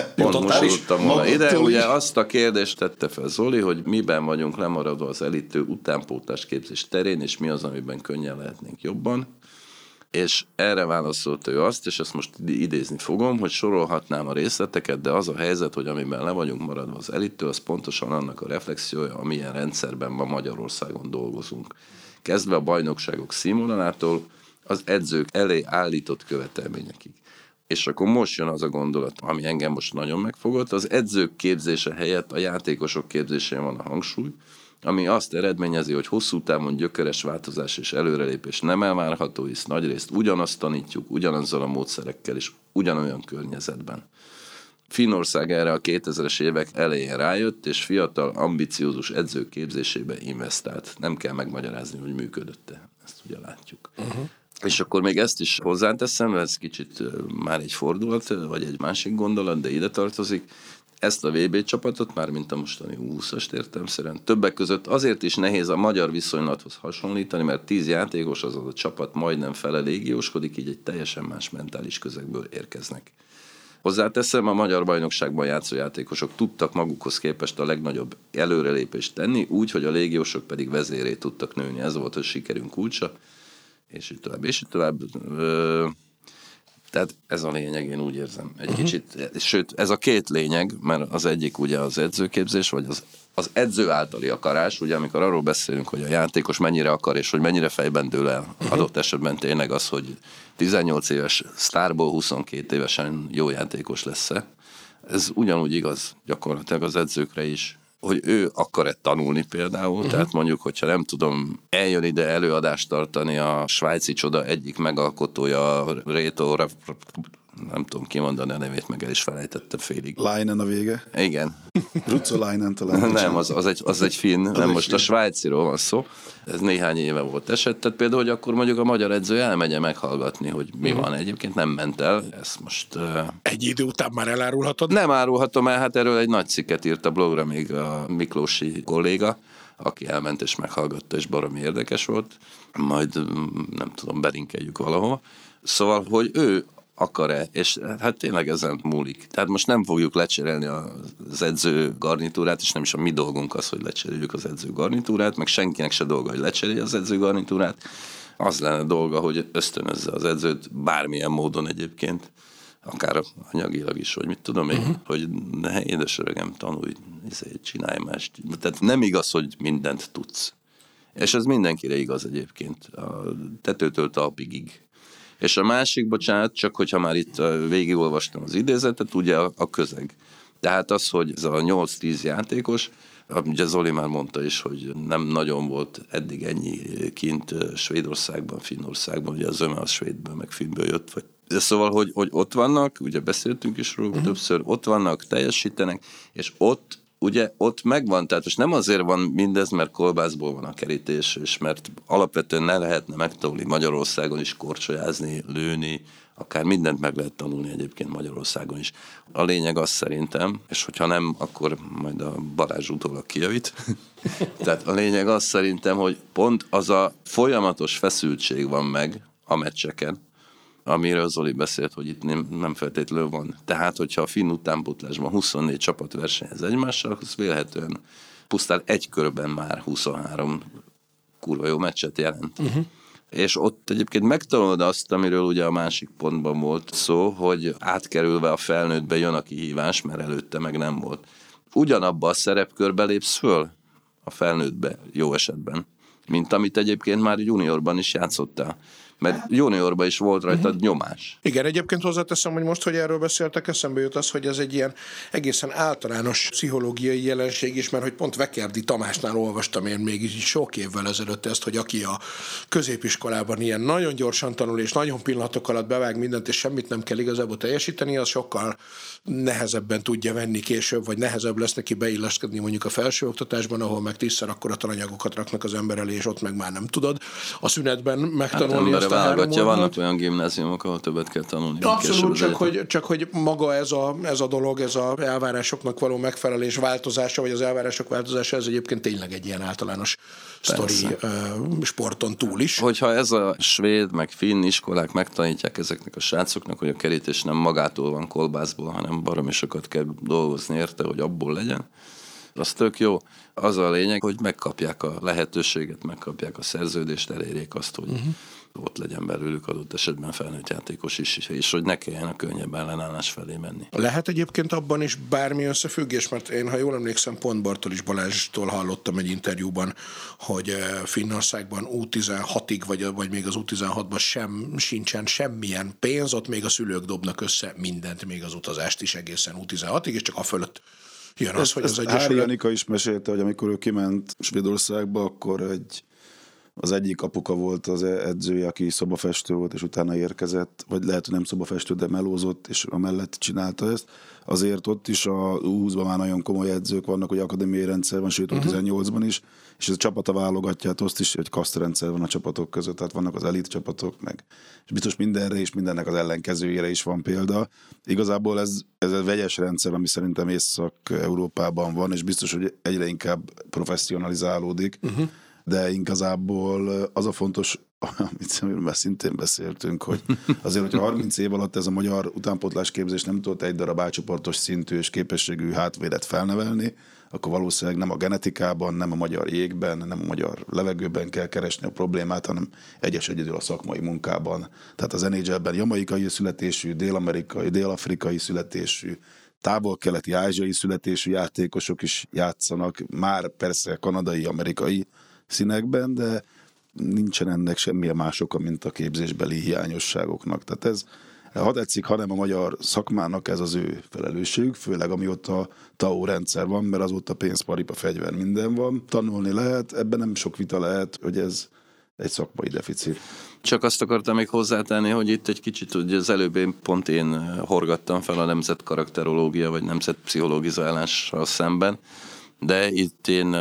Ugye azt a kérdést tette fel Zoli, hogy miben vagyunk lemaradva az elitő utánpótlás képzés terén, és mi az, amiben könnyen lehetnénk jobban. És erre válaszolt ő azt, és ezt most idézni fogom, hogy sorolhatnám a részleteket, de az a helyzet, hogy amiben le vagyunk maradva az elittől, az pontosan annak a reflexiója, amilyen rendszerben ma Magyarországon dolgozunk. Kezdve a bajnokságok színvonalától az edzők elé állított követelményekig. És akkor most jön az a gondolat, ami engem most nagyon megfogott, az edzők képzése helyett a játékosok képzésén van a hangsúly, ami azt eredményezi, hogy hosszú távon gyökeres változás és előrelépés nem elvárható, hisz nagyrészt ugyanazt tanítjuk, ugyanazzal a módszerekkel és ugyanolyan környezetben. Finnország erre a 2000-es évek elején rájött, és fiatal, ambiciózus edzők képzésébe investált. Nem kell megmagyarázni, hogy működött-e. Ezt ugye látjuk. És akkor még ezt is hozzáteszem, ez kicsit már egy fordulat, vagy egy másik gondolat, de ide tartozik. Ezt a VB csapatot, már mint a mostani U20-ast értelemszerűen, többek között azért is nehéz a magyar viszonylathoz hasonlítani, mert 10 játékos, azaz a csapat majdnem fele légióskodik, így egy teljesen más mentális közegből érkeznek. Hozzáteszem, a magyar bajnokságban játszó játékosok tudtak magukhoz képest a legnagyobb előrelépést tenni, úgy, hogy a légiósok pedig vezérré tudtak nőni. Ez volt a sikerünk kulcsa, és így tovább, és így tovább. Tehát ez a lényeg, én úgy érzem egy kicsit, sőt, ez a két lényeg, mert az egyik ugye az edzőképzés, vagy az edző általi akarás, ugye amikor arról beszélünk, hogy a játékos mennyire akar, és hogy mennyire fejben dől el, adott esetben tényleg az, hogy 18 éves sztárból 22 évesen jó játékos lesz-e, Ez ugyanúgy igaz gyakorlatilag az edzőkre is, hogy ő akar-e tanulni például, tehát mondjuk, hogyha nem tudom, eljön ide előadást tartani a svájci csoda egyik megalkotója, Reto, nem tudom kimondani a nevét, meg el is felejtettem félig. Leinen a vége. Igen. Rucco Leinen talán. Nem, az egy finn, nem most a svájciról van szó. Ez néhány éve volt eset, tehát például, hogy akkor mondjuk a magyar edző elmegye meghallgatni, hogy mi van. Egyébként nem ment el, ezt most... Egy idő után már elárulhatod? Nem árulhatom el, hát erről egy nagy cikket írt a blogra még a Miklósi kolléga, aki elment és meghallgatta, és baromi érdekes volt. Majd nem tudom, belinkeljük valahol. Szóval, hogy ő akar-e, és hát tényleg ezen múlik. Tehát most nem fogjuk lecserélni az edző garnitúrát, és nem is a mi dolgunk az, hogy lecseréljük az edző garnitúrát, meg senkinek se dolga, hogy lecserélje az edző garnitúrát. Az lenne dolga, hogy ösztönözze az edzőt bármilyen módon egyébként, akár anyagilag is, hogy mit tudom én, hogy ne, édes öregem, tanulj, csinálj mást. Tehát nem igaz, hogy mindent tudsz. És ez mindenkire igaz egyébként, a tetőtől talpig. És a másik, bocsánat, csak hogyha már itt végigolvastam az idézetet, ugye a közeg. Tehát az, hogy ez a 8-10 játékos, ugye Zoli már mondta is, hogy nem nagyon volt eddig ennyi kint Svédországban, Finnországban, ugye az Öme a Svédből, meg Finnből jött, vagy. Szóval, hogy ott vannak, ugye beszéltünk is róluk többször, ott vannak, teljesítenek, és ott megvan, tehát most nem azért van mindez, mert kolbászból van a kerítés, és mert alapvetően ne lehetne megtanulni Magyarországon is korcsolyázni, lőni, akár mindent meg lehet tanulni egyébként Magyarországon is. A lényeg az szerintem, és hogyha nem, akkor majd a Balázs utólag kijavít. Tehát a lényeg az szerintem, hogy pont az a folyamatos feszültség van meg a meccseken, amiről Zoli beszélt, hogy itt nem feltétlenül van. Tehát, hogyha a finn utánpótlásban 24 csapat versenyez egymással, az vélhetően pusztán egy körben már 23 kurva jó meccset jelent. És ott egyébként megtanulod azt, amiről ugye a másik pontban volt szó, hogy átkerülve a felnőttbe jön a kihívás, mert előtte meg nem volt. Ugyanabba a szerepkörbe lépsz föl a felnőttbe, jó esetben, mint amit egyébként már juniorban is játszottál. Mert juniorban is volt rajta nyomás. Igen, egyébként hozzáteszem, hogy most, hogy erről beszéltek, eszembe jut az, hogy ez egy ilyen egészen általános pszichológiai jelenség is, mert hogy pont Vekerdi Tamásnál olvastam én még így sok évvel ezelőtt ezt, hogy aki a középiskolában ilyen nagyon gyorsan tanul, és nagyon pillanatok alatt bevág mindent, és semmit nem kell igazából teljesíteni, az sokkal nehezebben tudja venni később, vagy nehezebb lesz neki beilleszkedni mondjuk a felsőoktatásban, ahol meg 10-szer akkora tananyagokat raknak az ember elé, és ott meg már nem tudod a szünetben megtanulni. Hát válogatja, vannak olyan gimnáziumok, ahol többet kell tanulni. Abszolút, csak hogy maga ez a dolog, ez az elvárásoknak való megfelelés változása, vagy az elvárások változása, ez egyébként tényleg egy ilyen általános sztori sporton túl is. Hogyha ez a svéd, meg finn iskolák megtanítják ezeknek a srácoknak, hogy a kerítés nem magától van kolbászból, hanem baromi sokat kell dolgozni érte, hogy abból legyen, az tök jó. Az a lényeg, hogy megkapják a lehetőséget, megkapják a szerződést, elérjék azt, hogy ott legyen belőlük adott esetben felnőtt játékos is, és hogy ne kelljen a könnyebb ellenállás felé menni. Lehet egyébként abban is bármi összefüggés, mert én, ha jól emlékszem, pont Bartolis Balázstól hallottam egy interjúban, hogy Finnországban U16-ig, vagy még az U16-ban sincsen semmilyen pénz, ott még a szülők dobnak össze mindent, még az utazást is egészen U16-ig, és csak a fölött jön az, hogy az egyesület... Hári Janika is mesélte, hogy amikor ő kiment Svédországba, akkor az egyik apuka volt az edzője, aki szobafestő volt, és utána érkezett, vagy lehet, hogy nem szobafestő, de melózott, és amellett csinálta ezt. Azért ott is a U20-ban már nagyon komoly edzők vannak, hogy akadémiai rendszer van, sőt a 18-ban is, és ez a csapata válogatja, hát azt is, hogy kasztrendszer van a csapatok között, tehát vannak az elit csapatok, meg és biztos mindenre és mindennek az ellenkezőjére is van példa. Igazából ez egy vegyes rendszer, ami szerintem Észak-Európában van, és biztos, hogy egyre inkább professzionalizálódik. De igazából az a fontos, amit szintén beszéltünk, hogy azért, hogyha 30 év alatt ez a magyar utánpótlásképzés nem tudott egy darab átcsoportos szintű és képességű hátvédet felnevelni, akkor valószínűleg nem a genetikában, nem a magyar jégben, nem a magyar levegőben kell keresni a problémát, hanem egyedül a szakmai munkában. Tehát az NHL-ben jamaikai születésű, dél-amerikai, dél-afrikai születésű, távol-keleti, ázsiai születésű játékosok is játszanak, már persze kanadai, amerikai színekben, de nincsen ennek semmilyen más oka, mint a képzésbeli hiányosságoknak. Tehát ha tetszik, hanem a magyar szakmának ez az ő felelősségük, főleg amióta TAO rendszer van, mert azóta pénzparipa, fegyver, minden van. Tanulni lehet, ebben nem sok vita lehet, hogy ez egy szakmai deficit. Csak azt akartam még hozzátenni, hogy itt egy kicsit, ugye az előbb én horgattam fel a nemzetkarakterológia vagy nemzetpszichológizálással szemben, de itt én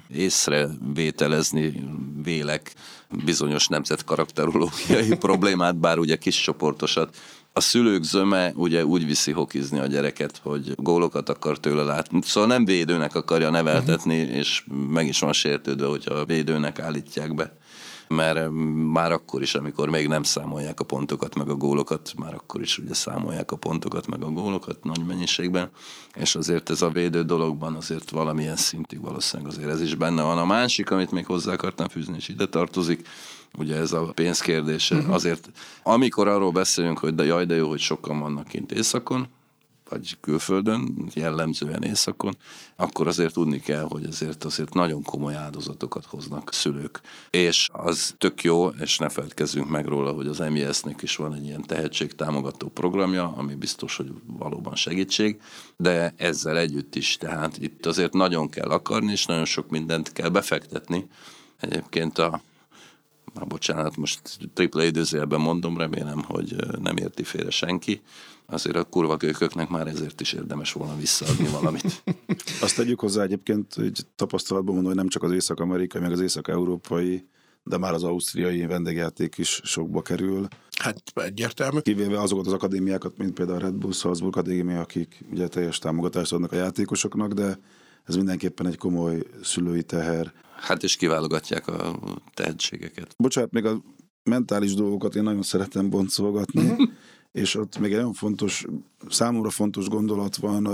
észrevételezni vélek bizonyos nemzetkarakterológiai problémát, bár ugye kis csoportosat. A szülők zöme ugye úgy viszi hokizni a gyereket, hogy gólokat akar tőle látni. Szóval nem védőnek akarja neveltetni, és meg is van sértődve, hogyha a védőnek állítják be. Mert már akkor is, amikor még nem számolják a pontokat meg a gólokat, már akkor is ugye számolják a pontokat meg a gólokat nagy mennyiségben, és azért ez a védő dologban azért valamilyen szintig valószínűleg azért ez is benne van. A másik, amit még hozzá akartam fűzni, és ide tartozik, ugye ez a pénz kérdése. Azért, amikor arról beszélünk, hogy de jaj, de jó, hogy sokan vannak kint északon, vagy külföldön, jellemzően északon, akkor azért tudni kell, hogy azért nagyon komoly áldozatokat hoznak szülők. És az tök jó, és ne feledkezzünk meg róla, hogy az MIS-nek is van egy ilyen tehetségtámogató programja, ami biztos, hogy valóban segítség, de ezzel együtt is, tehát itt azért nagyon kell akarni, és nagyon sok mindent kell befektetni. Egyébként bocsánat, most tripla időzőjelben mondom, remélem, hogy nem érti félre senki. Azért a kurva kölyköknek már ezért is érdemes volna visszaadni valamit. Azt tegyük hozzá egyébként, hogy tapasztalatban mondom, hogy nem csak az észak-amerikai, meg az észak-európai, de már az ausztriai vendégjáték is sokba kerül. Hát egyértelmű. Kivéve azokat az akadémiákat, mint például a Red Bull Salzburg Akadémia, akik ugye teljes támogatást adnak a játékosoknak, de ez mindenképpen egy komoly szülői teher. Hát és kiválogatják a tehetségeket. Bocsánat, még a mentális dolgokat én nagyon szeretem boncolgatni, és ott még egy nagyon fontos, számomra fontos gondolat van,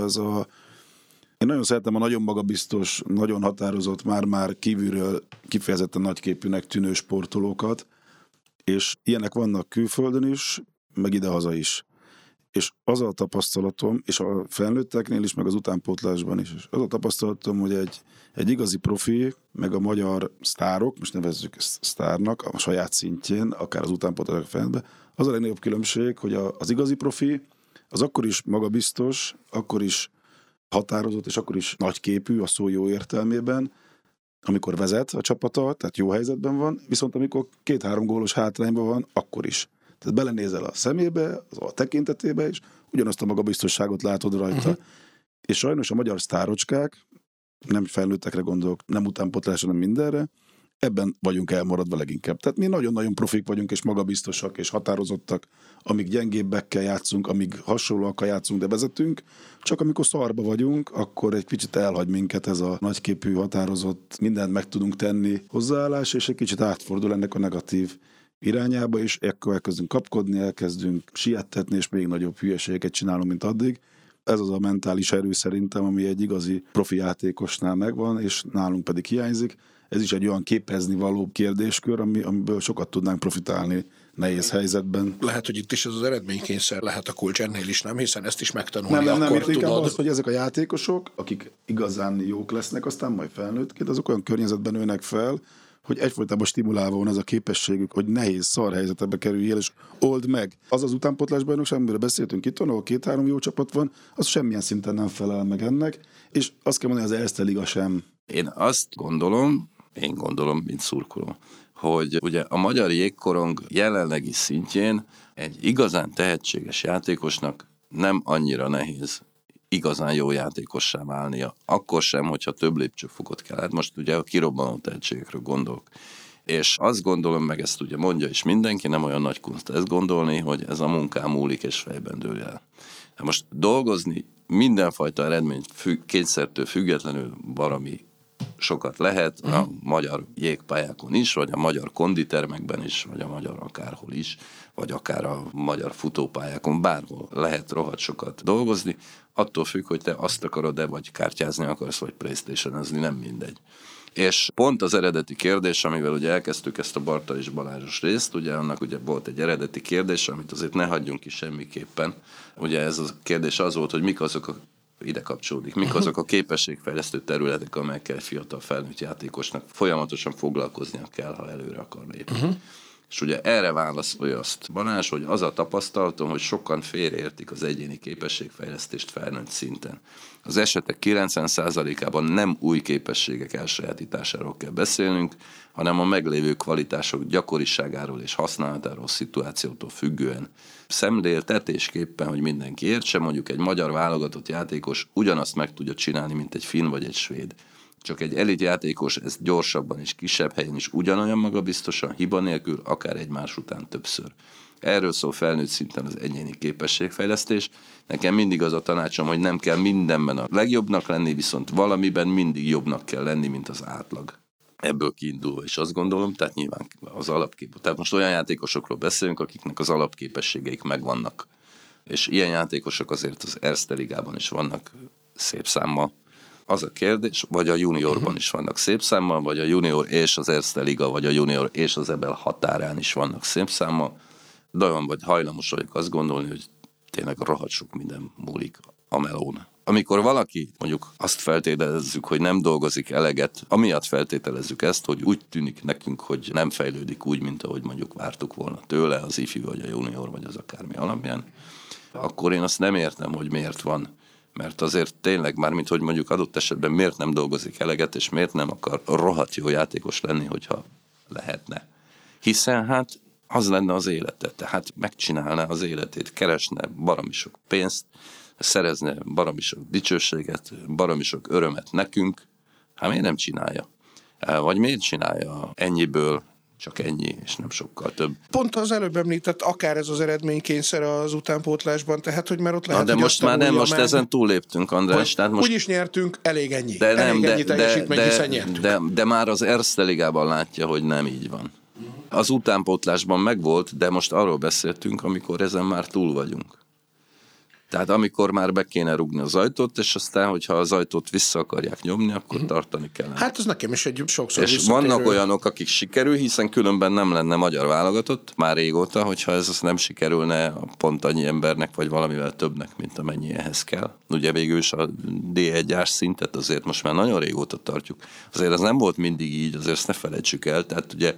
én nagyon szeretem a nagyon magabiztos, nagyon határozott, már kívülről kifejezetten nagyképűnek tűnő sportolókat, és ilyenek vannak külföldön is, meg idehaza is. És az a tapasztalatom, és a felnőtteknél is, meg az utánpótlásban is, és az a tapasztalatom, hogy egy igazi profi, meg a magyar sztárok, most nevezzük ezt sztárnak, a saját szintjén, akár az utánpótlások felnőttben, az a legnagyobb különbség, hogy az igazi profi, az akkor is magabiztos, akkor is határozott, és akkor is nagyképű a szó jó értelmében, amikor vezet a csapata, tehát jó helyzetben van, viszont amikor 2-3 gólos hátrányban van, akkor is. Tehát belenézel a szemébe, a tekintetébe, és ugyanazt a magabiztosságot látod rajta. És sajnos a magyar sztárocskák, nem felnőttekre gondolok, nem utánpotlásra, nem mindenre, ebben vagyunk elmaradva leginkább. Tehát mi nagyon-nagyon profik vagyunk, és magabiztosak, és határozottak, amíg gyengébbekkel játszunk, amíg hasonlóakkal játszunk, de vezetünk, csak amikor szarba vagyunk, akkor egy kicsit elhagy minket ez a nagyképű, határozott, mindent meg tudunk tenni hozzáállás, és egy kicsit átfordul ennek a negatív irányába, és ekkor elkezdünk kapkodni, elkezdünk siettetni, és még nagyobb hülyeségeket csinálunk, mint addig. Ez az a mentális erő szerintem, ami egy igazi profi játékosnál megvan, és nálunk pedig hiányzik. Ez is egy olyan képezni való kérdéskör, amiből sokat tudnánk profitálni nehéz helyzetben. Lehet, hogy itt is ez az eredménykényszer lehet a kulcs ennél is, nem? Hiszen ezt is megtanulni nem, akkor inkább tudod. az, hogy ezek a játékosok, akik igazán jók lesznek, aztán majd felnőttként, azok olyan környezetben nőnek fel, hogy egyfolytában stimulálva van ez a képességük, hogy nehéz szar helyzetbe kerüljél, és old meg. Az az utánpótlás bajnokság, amiről beszéltünk itt, ahol 2-3 jó csapat van, az semmilyen szinten nem felel meg ennek, és azt kell mondani, az Erste Liga sem. Én gondolom, mint szurkoló, hogy ugye a magyar jégkorong jelenlegi szintjén egy igazán tehetséges játékosnak nem annyira nehéz igazán jó játékossá válnia. Akkor sem, hogyha több lépcsőfokot kell. Hát most ugye a kirobbanó tehetségekről gondolok. És azt gondolom, meg ezt ugye mondja is mindenki, nem olyan nagy kunst ezt gondolni, hogy ez a munkám múlik és fejben dől el. Hát most dolgozni mindenfajta eredmény kényszertől függetlenül valami sokat lehet a magyar jégpályákon is, vagy a magyar konditermekben is, vagy a magyar akárhol is, vagy akár a magyar futópályákon, bárhol lehet rohadt sokat dolgozni, attól függ, hogy te azt akarod-e, vagy kártyázni akarsz, vagy PlayStation-ezni, nem mindegy. És pont az eredeti kérdés, amivel ugye elkezdtük ezt a Barta és Balázsos részt, ugye annak ugye volt egy eredeti kérdés, amit azért ne hagyjunk ki semmiképpen. Ugye ez a kérdés az volt, hogy mik azok ide kapcsolódik. Mik azok a képességfejlesztő területek, amelyekkel egy fiatal felnőtt játékosnak folyamatosan foglalkoznia kell, ha előre akar lépni. És ugye erre válaszolja azt Balázs, hogy az a tapasztalatom, hogy sokan félreértik az egyéni képességfejlesztést felnőtt szinten. Az esetek 90%-ában nem új képességek elsajátításáról kell beszélnünk, hanem a meglévő kvalitások gyakoriságáról és használatáról szituációtól függően. Szemléltetésképpen, hogy mindenki értse, mondjuk egy magyar válogatott játékos ugyanazt meg tudja csinálni, mint egy finn vagy egy svéd. Csak egy elit játékos ezt gyorsabban és kisebb helyen is ugyanolyan magabiztosan, hiba nélkül, akár egymás után többször. Erről szól felnőtt szinten az egyéni képességfejlesztés. Nekem mindig az a tanácsom, hogy nem kell mindenben a legjobbnak lenni, viszont valamiben mindig jobbnak kell lenni, mint az átlag. Ebből kiindulva is azt gondolom, tehát nyilván az alapkép. Tehát most olyan játékosokról beszélünk, akiknek az alapképességeik megvannak. És ilyen játékosok azért az Erste Ligában is vannak szép számmal. Az a kérdés, vagy a juniorban is vannak szép számmal, vagy a junior és az Erste Liga, vagy a junior és az EBEL határán is vannak szép számmal. De olyan vagy hajlamos vagyok azt gondolni, hogy tényleg rohadt sok minden múlik a melón. Amikor valaki, mondjuk azt feltételezzük, hogy nem dolgozik eleget, amiatt feltételezzük ezt, hogy úgy tűnik nekünk, hogy nem fejlődik úgy, mint ahogy mondjuk vártuk volna tőle, az ifi vagy a junior, vagy az akármi alapján, akkor én azt nem értem, hogy miért van. Mert azért tényleg már, mint hogy mondjuk adott esetben miért nem dolgozik eleget, és miért nem akar rohadt jó játékos lenni, hogyha lehetne. Hiszen hát az lenne az élete, tehát megcsinálná az életét, keresne baromi sok pénzt, szerezne baromi sok dicsőséget, baromi sok örömet nekünk, hát miért nem csinálja? Vagy miért csinálja ennyiből csak ennyi, és nem sokkal több. Pont az előbb említett, akár ez az eredménykényszer az utánpótlásban, tehát hogy már ott lehet, de most már nem, most ezen túlléptünk, András. Tehát most... Úgyis nyertünk, elég ennyi. Ennyi teljesítmény, hiszen nyertünk. De már az Erste Ligában látja, hogy nem így van. Az utánpótlásban megvolt, de most arról beszéltünk, amikor ezen már túl vagyunk. Tehát amikor már be kéne rúgni az ajtót, és aztán, hogyha az ajtót vissza akarják nyomni, akkor tartani kellene. Hát ez nekem is egy sokszor és vannak olyanok, akik sikerül, hiszen különben nem lenne magyar válogatott már régóta, hogyha ez nem sikerülne pont annyi embernek, vagy valamivel többnek, mint amennyi ehhez kell. Ugye végül is a D1-ás szintet azért most már nagyon régóta tartjuk. Azért ez nem volt mindig így, azért ezt ne felejtsük el. Tehát ugye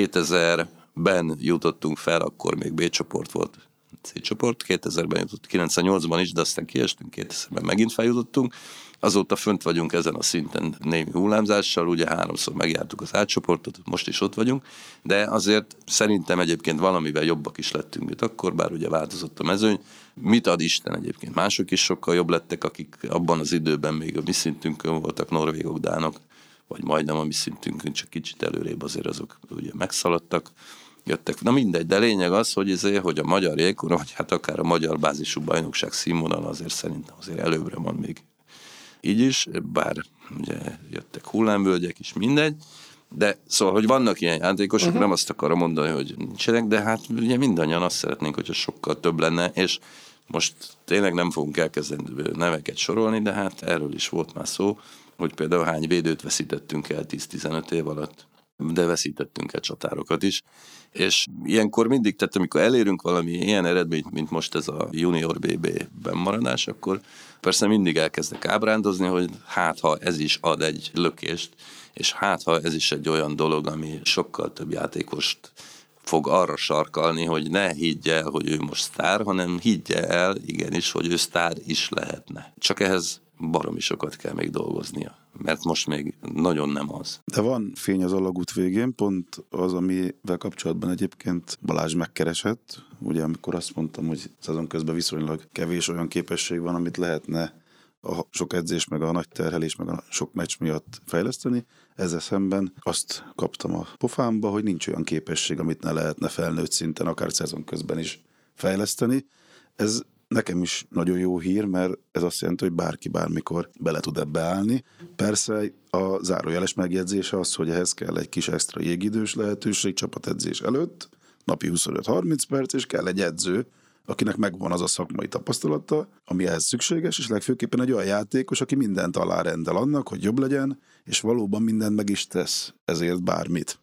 2000-ben jutottunk fel, akkor még B csoport volt. C csoport, 2000-ben jutott, 98-ban is, de aztán kiestünk, 2000-ben megint feljutottunk. Azóta fönt vagyunk ezen a szinten némi hullámzással, ugye 3-szor megjártuk az A csoportot, most is ott vagyunk, de azért szerintem egyébként valamivel jobbak is lettünk, mint akkor, bár ugye változott a mezőny. Mit ad Isten egyébként? Mások is sokkal jobb lettek, akik abban az időben még a mi szintünkön voltak, norvégok, dánok, vagy majdnem a mi szintünkön, csak kicsit előrébb azért azok ugye megszaladtak. Jöttek. Na mindegy, de lényeg az, hogy a magyar jégkora, vagy hát akár a magyar bázisú bajnokság színvonal azért szerintem azért előbbre van még így is, bár ugye jöttek hullámvölgyek is, mindegy, de szóval, hogy vannak ilyen játékosok, nem azt akarom mondani, hogy nincsenek, de hát ugye mindannyian azt szeretnénk, hogyha sokkal több lenne, és most tényleg nem fogunk elkezdeni neveket sorolni, de hát erről is volt már szó, hogy például hány védőt veszítettünk el 10-15 év alatt, de veszítettünk el csatárokat is, és ilyenkor mindig, tehát amikor elérünk valami ilyen eredményt, mint most ez a junior BB bennmaradás, akkor persze mindig elkezdek ábrándozni, hogy hát ha ez is ad egy lökést, és hát ha ez is egy olyan dolog, ami sokkal több játékost fog arra sarkalni, hogy ne higgye el, hogy ő most sztár, hanem higgye el igenis, hogy ő sztár is lehetne. Csak ehhez baromi sokat kell még dolgoznia, mert most még nagyon nem az. De van fény az alagút végén, pont az, amivel kapcsolatban egyébként Balázs megkeresett, ugye amikor azt mondtam, hogy szezon közben viszonylag kevés olyan képesség van, amit lehetne a sok edzés, meg a nagy terhelés, meg a sok meccs miatt fejleszteni. Ezzel szemben azt kaptam a pofámba, hogy nincs olyan képesség, amit ne lehetne felnőtt szinten, akár szezon közben is fejleszteni. Ez nekem is nagyon jó hír, mert ez azt jelenti, hogy bárki bármikor bele tud ebbe állni. Persze a zárójeles megjegyzése az, hogy ehhez kell egy kis extra jégidős lehetőség csapatedzés előtt, napi 25-30 perc, és kell egy edző, akinek megvan az a szakmai tapasztalata, ami ehhez szükséges, és legfőképpen egy olyan játékos, aki mindent alárendel annak, hogy jobb legyen, és valóban mindent meg is tesz, ezért bármit.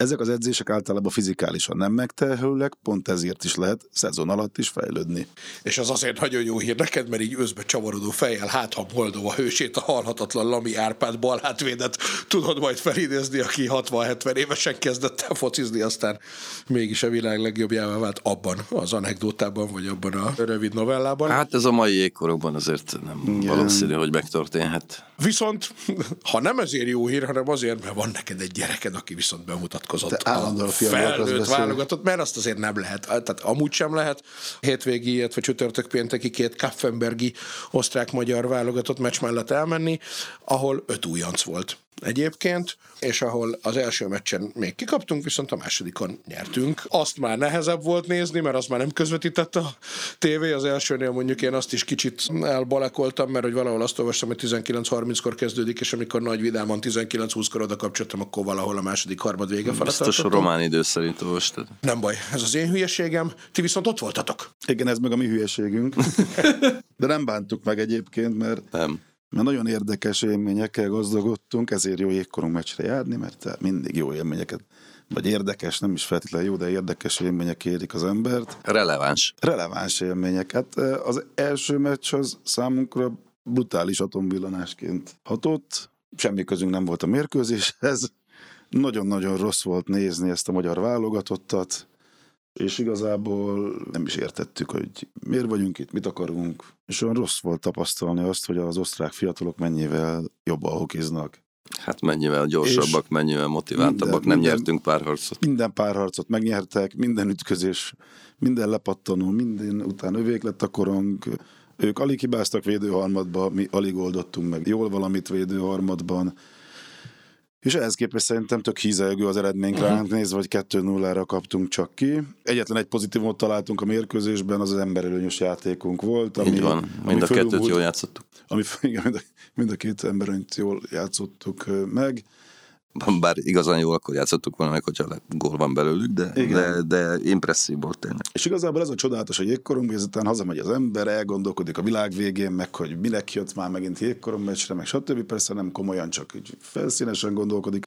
Ezek az edzések általában fizikálisan nem megterhelőek, pont ezért is lehet szezon alatt is fejlődni. És az azért nagyon jó hír neked, mert így őszbe csavarodó fejjel, hát ha Moldova hősét, a halhatatlan Lami Árpád balhátvédet tudod majd felidézni, aki 60-70 évesen kezdett el focizni, aztán mégis a világ legjobbjává vált abban az anekdótában, vagy abban a rövid novellában. Hát ez a mai jégkorokban azért nem valószínű, hogy megtörténhet. Viszont, ha nem ezért jó hír, hanem azért, mert van neked egy gyereked, aki viszont bemutatkozott a felnőtt válogatott, mert azt azért nem lehet. Tehát amúgy sem lehet hétvégi, illetve csütörtök-pénteki 2 Kapfenbergi osztrák-magyar válogatott meccs mellett elmenni, ahol 5 újonc volt egyébként, és ahol az első meccsen még kikaptunk, viszont a másodikon nyertünk. Azt már nehezebb volt nézni, mert azt már nem közvetített a tévé. Az elsőnél mondjuk én azt is kicsit elbalekoltam, mert hogy valahol azt olvastam, hogy 19:30-kor kezdődik, és amikor Nagy Vidámon 19:20-kor oda kapcsoltam, akkor valahol a második harmad vége felett. Biztos a román idő szerint olvastad. Nem baj, ez az én hülyeségem, ti viszont ott voltatok. Igen, ez meg a mi hülyeségünk. De nem bántuk meg egyébként, mert nagyon érdekes élményekkel gazdagodtunk, ezért jó jégkorunk meccsre járni, mert mindig jó élményeket, vagy érdekes, nem is feltétlenül jó, de érdekes élmények érik az embert. Releváns élményeket. Az első meccs az számunkra brutális atomvillanásként hatott, semmi közünk nem volt a mérkőzéshez, nagyon-nagyon rossz volt nézni ezt a magyar válogatottat, és igazából nem is értettük, hogy miért vagyunk itt, mit akarunk, és olyan rossz volt tapasztalni azt, hogy az osztrák fiatalok mennyivel jobban hokiznak. Hát mennyivel gyorsabbak, mennyivel motiváltabbak, nem nyertünk párharcot. Minden párharcot megnyertek, minden ütközés, minden lepattanó, minden után övék lett a korong. Ők alig hibáztak védőharmadba, mi alig oldottunk meg jól valamit védőharmadban. És ehhez képest szerintem tök hízelgő az eredmény ránk nézve, hogy 2-0-ra kaptunk csak ki. Egyetlen egy pozitívumot találtunk a mérkőzésben, az emberelőnyös játékunk volt. Így van, mind a kettőt jól játszottuk. Igen, mind a két emberelőnyt jól játszottuk meg. Bár igazán jól akkor játszottuk volna meg, hogyha gól van belőlük, de impresszív volt tényleg. És igazából ez a csodálatos a jégkorong, hogy ezután hazamegy az ember, elgondolkodik a világ végén, meg hogy minek jött már megint jégkorong meccsre, meg stb. Persze nem komolyan, csak így felszínesen gondolkodik.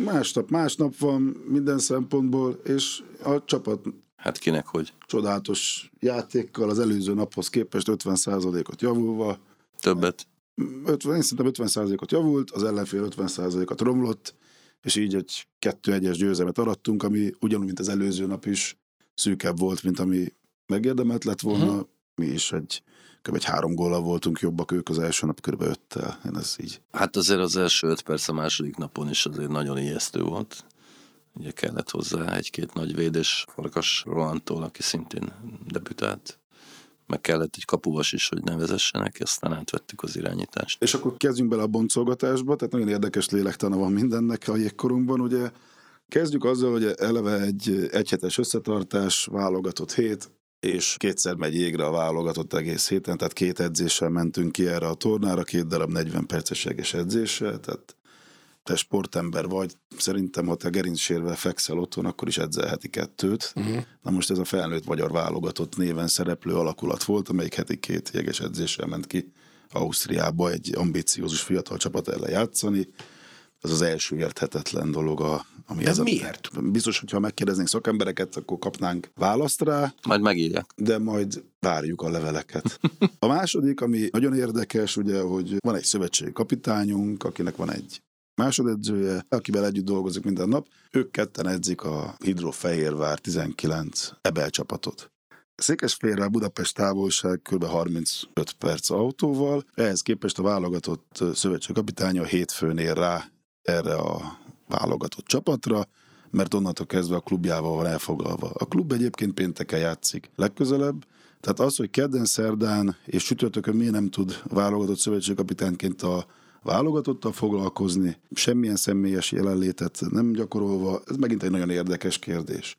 Másnap van minden szempontból, és a csapat hát kinek hogy? Csodálatos játékkal az előző naphoz képest 50%-ot javulva. Többet? Én szerintem 50%-ot javult, az ellenfél 50%-ot romlott, és így egy 2-1-es győzelmet arattunk, ami ugyanúgy, mint az előző nap is szűkebb volt, mint ami megérdemelt lett volna. Mi is kb. 3 góllal voltunk jobbak, ők az első nap kb. 5-tel. Én ez így. Hát azért az első 5 perc a második napon is azért nagyon ijesztő volt. Ugye kellett hozzá 1-2 nagy védés Farkas Rolandtól, aki szintén debütált. Meg kellett egy kapuvas is, hogy ne vezessenek, aztán átvettük az irányítást. És akkor kezdjünk bele a boncolgatásba, tehát nagyon érdekes lélektana van mindennek a jégkorunkban, ugye. Kezdjük azzal, hogy eleve egy egyhetes összetartás, válogatott hét, és 2-szer megy jégre a válogatott egész héten, tehát 2 edzéssel mentünk ki erre a tornára, 2 darab 40 perces jeges edzéssel, tehát te sportember vagy, szerintem, ha te gerincsérvel fekszel otthon, akkor is edzelheti 2-t. Na most ez a felnőtt magyar válogatott néven szereplő alakulat volt, amelyik heti 2 jeges edzéssel ment ki Ausztriába egy ambiciózus fiatal csapat ellen játszani. Ez az első érthetetlen dolog, ami ez miért? Biztos, hogyha megkérdeznénk szakembereket, akkor kapnánk választ rá. Majd megírják. De majd várjuk a leveleket. A második, ami nagyon érdekes, ugye, hogy van egy szövetségi kapitányunk, akinek van egy másodedzője, akivel együtt dolgozik minden nap. Ők ketten edzik a Hidrofehérvár 19 Ebel csapatot. Székesfehérvár Budapest távolság kb. 35 perc autóval, ehhez képest a válogatott szövetségi kapitánya hétfőn ér rá erre a válogatott csapatra, mert onnantól kezdve a klubjával van elfoglalva. A klub egyébként pénteken játszik legközelebb, tehát az, hogy kedden, szerdán és csütörtökön miért nem tud válogatott szövetségi kapitányként a válogatottal foglalkozni, semmilyen személyes jelenlétet nem gyakorolva, ez megint egy nagyon érdekes kérdés.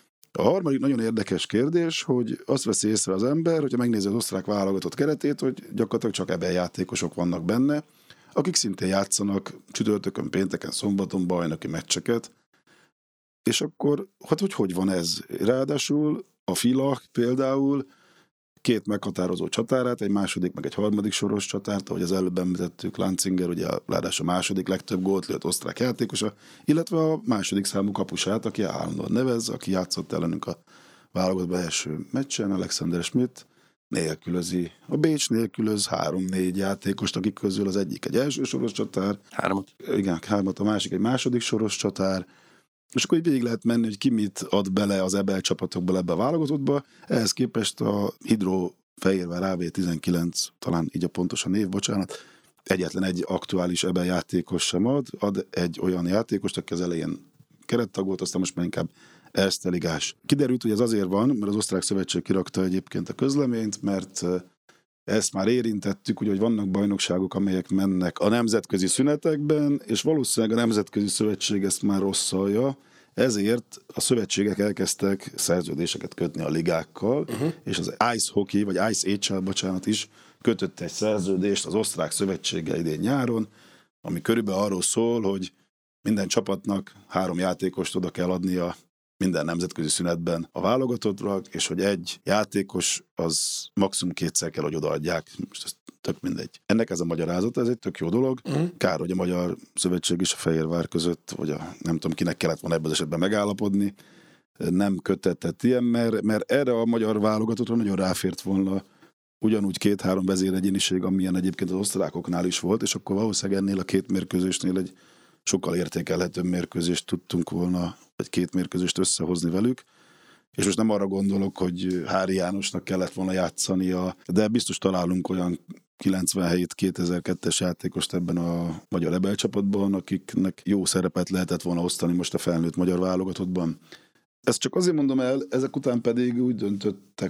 A harmadik nagyon érdekes kérdés, hogy azt veszi észre az ember, hogyha megnézi az osztrák válogatott keretét, hogy gyakorlatilag csak ebben játékosok vannak benne, akik szintén játszanak csütörtökön, pénteken, szombaton bajnoki meccseket. És akkor, hát hogy van ez? Ráadásul a Fila például 2 meghatározó csatárát, egy második, meg egy harmadik soros csatárt, ahogy az előbb említettük, Lanzinger, ugye ráadásul a második legtöbb gólt lőtt osztrák játékosa, illetve a második számú kapusát, aki állandóan nevez, aki játszott ellenünk a válogatottban első meccsen, Alexander Schmidt, nélkülözi. A Bécs nélkülöz 3-4 játékost, akik közül az egyik egy első soros csatár. 3. Igen, 3, a másik egy második soros csatár. És akkor így végig lehet menni, hogy ki mit ad bele az EBL csapatokból ebbe a válogatottba. Ehhez képest a Hydro-Fehérvár AB19, talán így a pontos a név, bocsánat, egyetlen egy aktuális EBL játékos sem ad egy olyan játékost, aki az elején kerettag volt, aztán most már inkább Erste ligás. Kiderült, hogy ez azért van, mert az Osztrák Szövetség kirakta egyébként a közleményt, mert ezt már érintettük, ugye, hogy vannak bajnokságok, amelyek mennek a nemzetközi szünetekben, és valószínűleg a Nemzetközi Szövetség ezt már rosszalja, ezért a szövetségek elkezdtek szerződéseket kötni a ligákkal, és az Ice Hockey, vagy Ice HL, bocsánat is, kötött egy szerződést az Osztrák Szövetséggel idén nyáron, ami körülbelül arról szól, hogy minden csapatnak 3 játékost oda kell adnia minden nemzetközi szünetben a válogatottra, és hogy egy játékos az maximum 2-szer kell, hogy odaadják. Most ez tök mindegy. Ennek ez a magyarázata, ez egy tök jó dolog. Kár, hogy a Magyar Szövetség és a Fehérvár között, vagy nem tudom, kinek kellett volna ebben az esetben megállapodni, nem kötetett ilyen, mert erre a magyar válogatottra nagyon ráfért volna ugyanúgy 2-3 vezéregyéniség, amilyen egyébként az osztrákoknál is volt, és akkor valószínűleg ennél a 2 mérkőzésnél egy sokkal értékelhetőbb mérkőzést tudtunk volna, vagy 2 mérkőzést összehozni velük. És most nem arra gondolok, hogy Hári Jánosnak kellett volna játszania, de biztos találunk olyan 97-2002-es játékost ebben a magyar EBL csapatban, akiknek jó szerepet lehetett volna osztani most a felnőtt magyar válogatottban. Ezt csak azért mondom el, ezek után pedig úgy döntöttek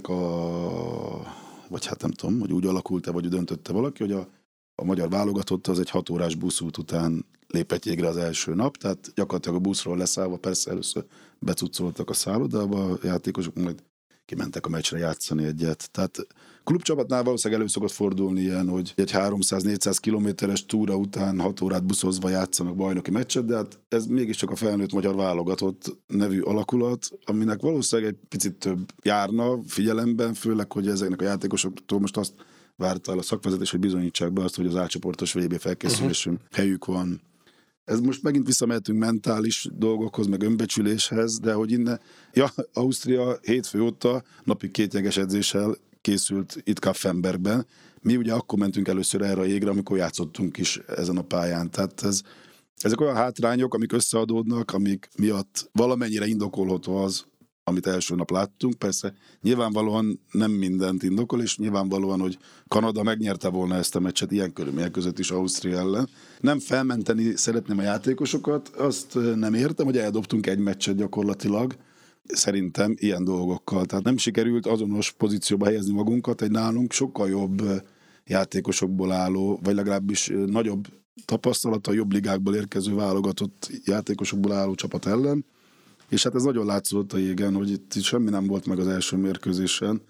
vagy hát nem tudom, hogy úgy alakult-e, vagy úgy döntötte valaki, hogy a magyar válogatott az egy 6 órás buszút után lépett jégre az első nap, tehát gyakorlatilag a buszról leszállva, persze először becucoltak a szállodába, a játékosok majd kimentek a meccsre játszani egyet. Tehát klubcsapatnál valószínűleg elő szokott fordulni ilyen, hogy egy 300-400 kilométeres túra után 6 órát buszozva játszanak bajnoki meccset, de hát ez mégiscsak a felnőtt magyar válogatott nevű alakulat, aminek valószínűleg egy picit több járna figyelemben, főleg, hogy ezeknek a játékosoktól most azt várta el a szakvezetés, hogy bizonyítsák be azt, hogy az A-csoportos VB felkészülésünk helyük van. Ez most megint visszamehetünk mentális dolgokhoz, meg önbecsüléshez, de hogy innen, Ausztria hétfő óta napi 2 jeges edzéssel készült itt Kaffenbergben. Mi ugye akkor mentünk először erre a jégre, amikor játszottunk is ezen a pályán. Tehát ezek olyan hátrányok, amik összeadódnak, amik miatt valamennyire indokolható az, amit első nap láttunk. Persze nyilvánvalóan nem mindent indokol, és nyilvánvalóan, hogy Kanada megnyerte volna ezt a meccset ilyen körülmények között is Ausztria ellen. Nem felmenteni szeretném a játékosokat, azt nem értem, hogy eldobtunk egy meccset gyakorlatilag, szerintem ilyen dolgokkal. Tehát nem sikerült azonos pozícióba helyezni magunkat egy nálunk sokkal jobb játékosokból álló, vagy legalábbis nagyobb tapasztalata, jobb ligákból érkező válogatott játékosokból álló csapat ellen. És hát ez nagyon látszott a jégen, hogy itt semmi nem volt meg az első mérkőzésen,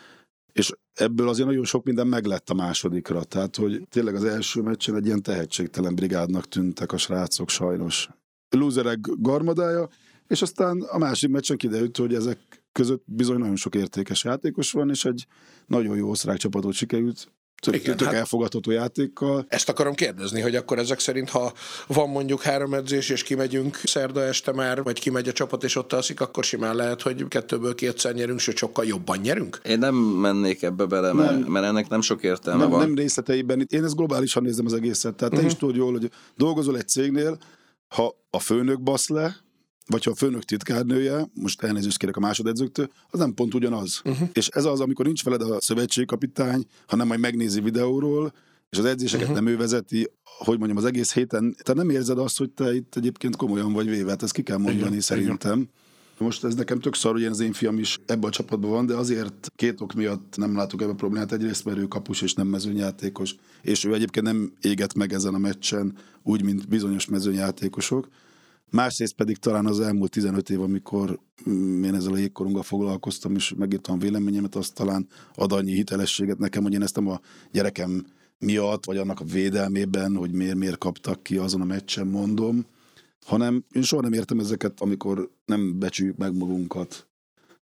és ebből azért nagyon sok minden meglett a másodikra. Tehát, hogy tényleg az első meccsen egy ilyen tehetségtelen brigádnak tűntek a srácok sajnos. Lúzerek garmadája, és aztán a másik meccsen kiderült, hogy ezek között bizony nagyon sok értékes játékos van, és egy nagyon jó osztrák csapatot sikerült tök elfogadható játékkal. Ezt akarom kérdezni, hogy akkor ezek szerint, ha van mondjuk 3 edzés, és kimegyünk szerda este már, vagy kimegy a csapat, és ott alszik, akkor simán lehet, hogy 2-ből 2-szer nyerünk, sőt sokkal jobban nyerünk? Én nem mennék ebbe bele, mert ennek nem sok értelme van. Nem részleteiben. Én ezt globálisan nézem az egészet. Tehát te is tudod jól, hogy dolgozol egy cégnél, ha a főnök basz le, vagy ha a főnök titkárnője, most elnézést kérek a másodedzőktől, az nem pont ugyanaz. És ez az, amikor nincs veled a szövetségkapitány, hanem majd megnézi videóról, és az edzéseket nem ő vezeti, hogy mondjam, az egész héten, te nem érzed azt, hogy te itt egyébként komolyan vagy véve, hát ezt ki kell mondani szerintem. Most ez nekem tök szar, hogy az én fiam is ebben a csapatban van, de azért 2 ok miatt nem látok ebben a problémát. Egyrészt, mert ő kapus és nem mezőnyjátékos, és ő egyébként nem égett meg ezen a meccsen, úgy, mint bizonyos mezőnyjátékosok. Másrészt pedig talán az elmúlt 15 év, amikor én ezzel a jégkoronggal foglalkoztam, és megírtam véleményemet, az talán ad annyi hitelességet nekem, hogy én ezt nem a gyerekem miatt, vagy annak a védelmében, hogy miért kaptak ki azon a meccsen, mondom, hanem én soha nem értem ezeket, amikor nem becsüljük meg magunkat.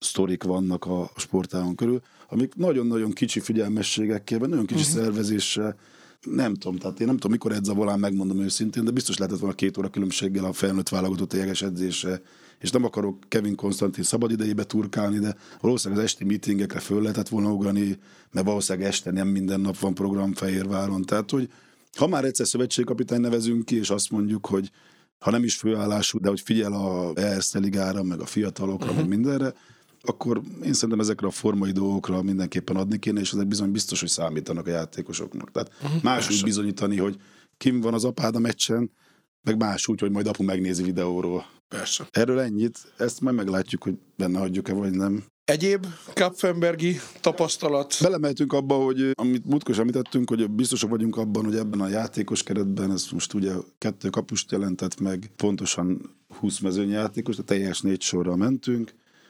sztorik vannak a sportágon körül, amik nagyon-nagyon kicsi figyelmességekkel, nagyon kicsi szervezéssel, nem tudom, tehát én nem tudom, mikor edz a volán, megmondom őszintén, de biztos lehetett volna 2 óra különbséggel a felnőtt válogatott a jeges edzésre, és nem akarok Kevin Konstantin szabad idejébe turkálni, de valószínűleg az esti meetingekre föl lehetett volna ugrani, mert valószínűleg este nem minden nap van program Fehérváron. Tehát, hogy ha már egyszer szövetségkapitány nevezünk ki, és azt mondjuk, hogy ha nem is főállású, de hogy figyel a Erste ligára, meg a fiatalokra, meg mindenre, akkor én szerintem ezekre a formai dolgokra mindenképpen adni kéne, és ezek bizony biztos, hogy számítanak a játékosoknak. Tehát más úgy bizonyítani, hogy kim van az apád a meccsen, meg más úgy, hogy majd apu megnézi videóról. Persze. Erről ennyit, ezt majd meglátjuk, hogy benne hagyjuk-e, vagy nem. Egyéb Kapfenbergi tapasztalat? Belemeltünk abba, hogy amit múltkor is említettünk, hogy biztosak vagyunk abban, hogy ebben a játékos keretben, ez most ugye 2 kapust jelentett meg, pontosan 20 mezőnyjátékos, de teljes 4 sorral mentünk.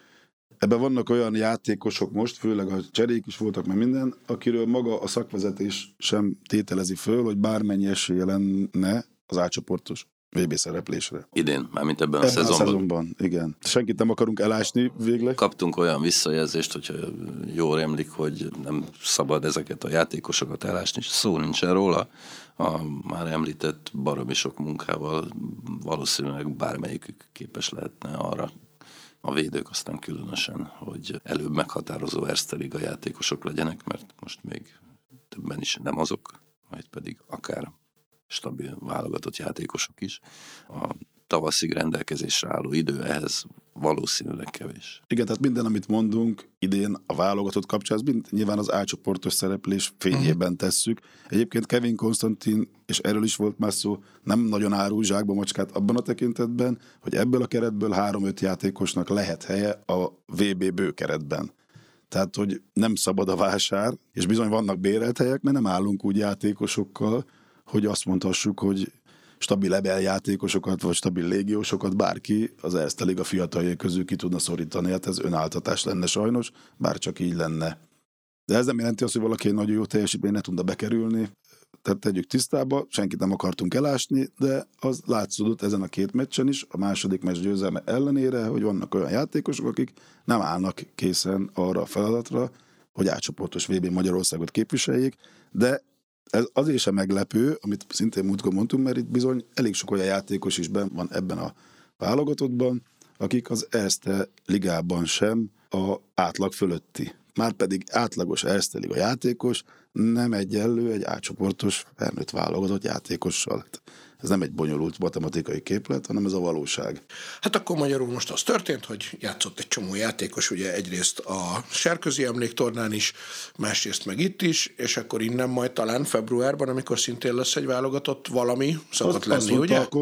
Ebben vannak olyan játékosok most, főleg a cserék is voltak, meg minden, akiről maga a szakvezetés sem tételezi föl, hogy bármennyi esélye lenne az A-csoportos VB szereplésre. Idén, mármint ebben a szezonban. Igen. Senkit nem akarunk elásni végleg. Kaptunk olyan visszajelzést, hogyha jól emlik, hogy nem szabad ezeket a játékosokat elásni, szó nincsen róla. A már említett baromi sok munkával valószínűleg bármelyikük képes lehetne arra, a védők aztán különösen, hogy előbb meghatározó Erste Liga játékosok legyenek, mert most még többen is nem azok, majd pedig akár stabil válogatott játékosok is. A tavaszig rendelkezésre álló idő ehhez valószínűleg kevés. Igen, tehát minden, amit mondunk idén a válogatott kapcsán, nyilván az A-csoportos szereplés fényében tesszük. Egyébként Kevin Konstantin, és erről is volt már szó, nem nagyon árul zsákba macskát abban a tekintetben, hogy ebből a keretből 3-5 játékosnak lehet helye a VB bő keretben. Tehát, hogy nem szabad a vásár, és bizony vannak bérelt helyek, mert nem állunk úgy játékosokkal, hogy azt mondhassuk, hogy stabil EBL játékosokat, vagy stabil légiósokat bárki az Erste Liga fiataljai közül ki tudna szorítani. Hát ez önáltatás lenne sajnos, bár csak így lenne. De ez nem jelenti azt, hogy valaki egy nagyon jó teljesítmény ne tudna bekerülni. Tehát tegyük tisztába, senkit nem akartunk elásni, de az látszódott ezen a 2 meccsen is, a második meccs győzelme ellenére, hogy vannak olyan játékosok, akik nem állnak készen arra a feladatra, hogy A-csoportos VB Magyarországot képviseljék, de ez azért sem meglepő, amit szintén múltkor mondtunk, mert itt bizony elég sok olyan játékos is benn van ebben a válogatottban, akik az Erste Ligában sem a átlag fölötti. Márpedig átlagos Erste Liga játékos nem egyenlő egy A-csoportos felnőtt válogatott játékossal. Ez nem egy bonyolult matematikai képlet, hanem ez a valóság. Hát akkor magyarul most az történt, hogy játszott egy csomó játékos, ugye egyrészt a Sárközi Emléktornán is, másrészt meg itt is, és akkor innen majd talán februárban, amikor szintén lesz egy válogatott, valami szokott lenni, ugye? A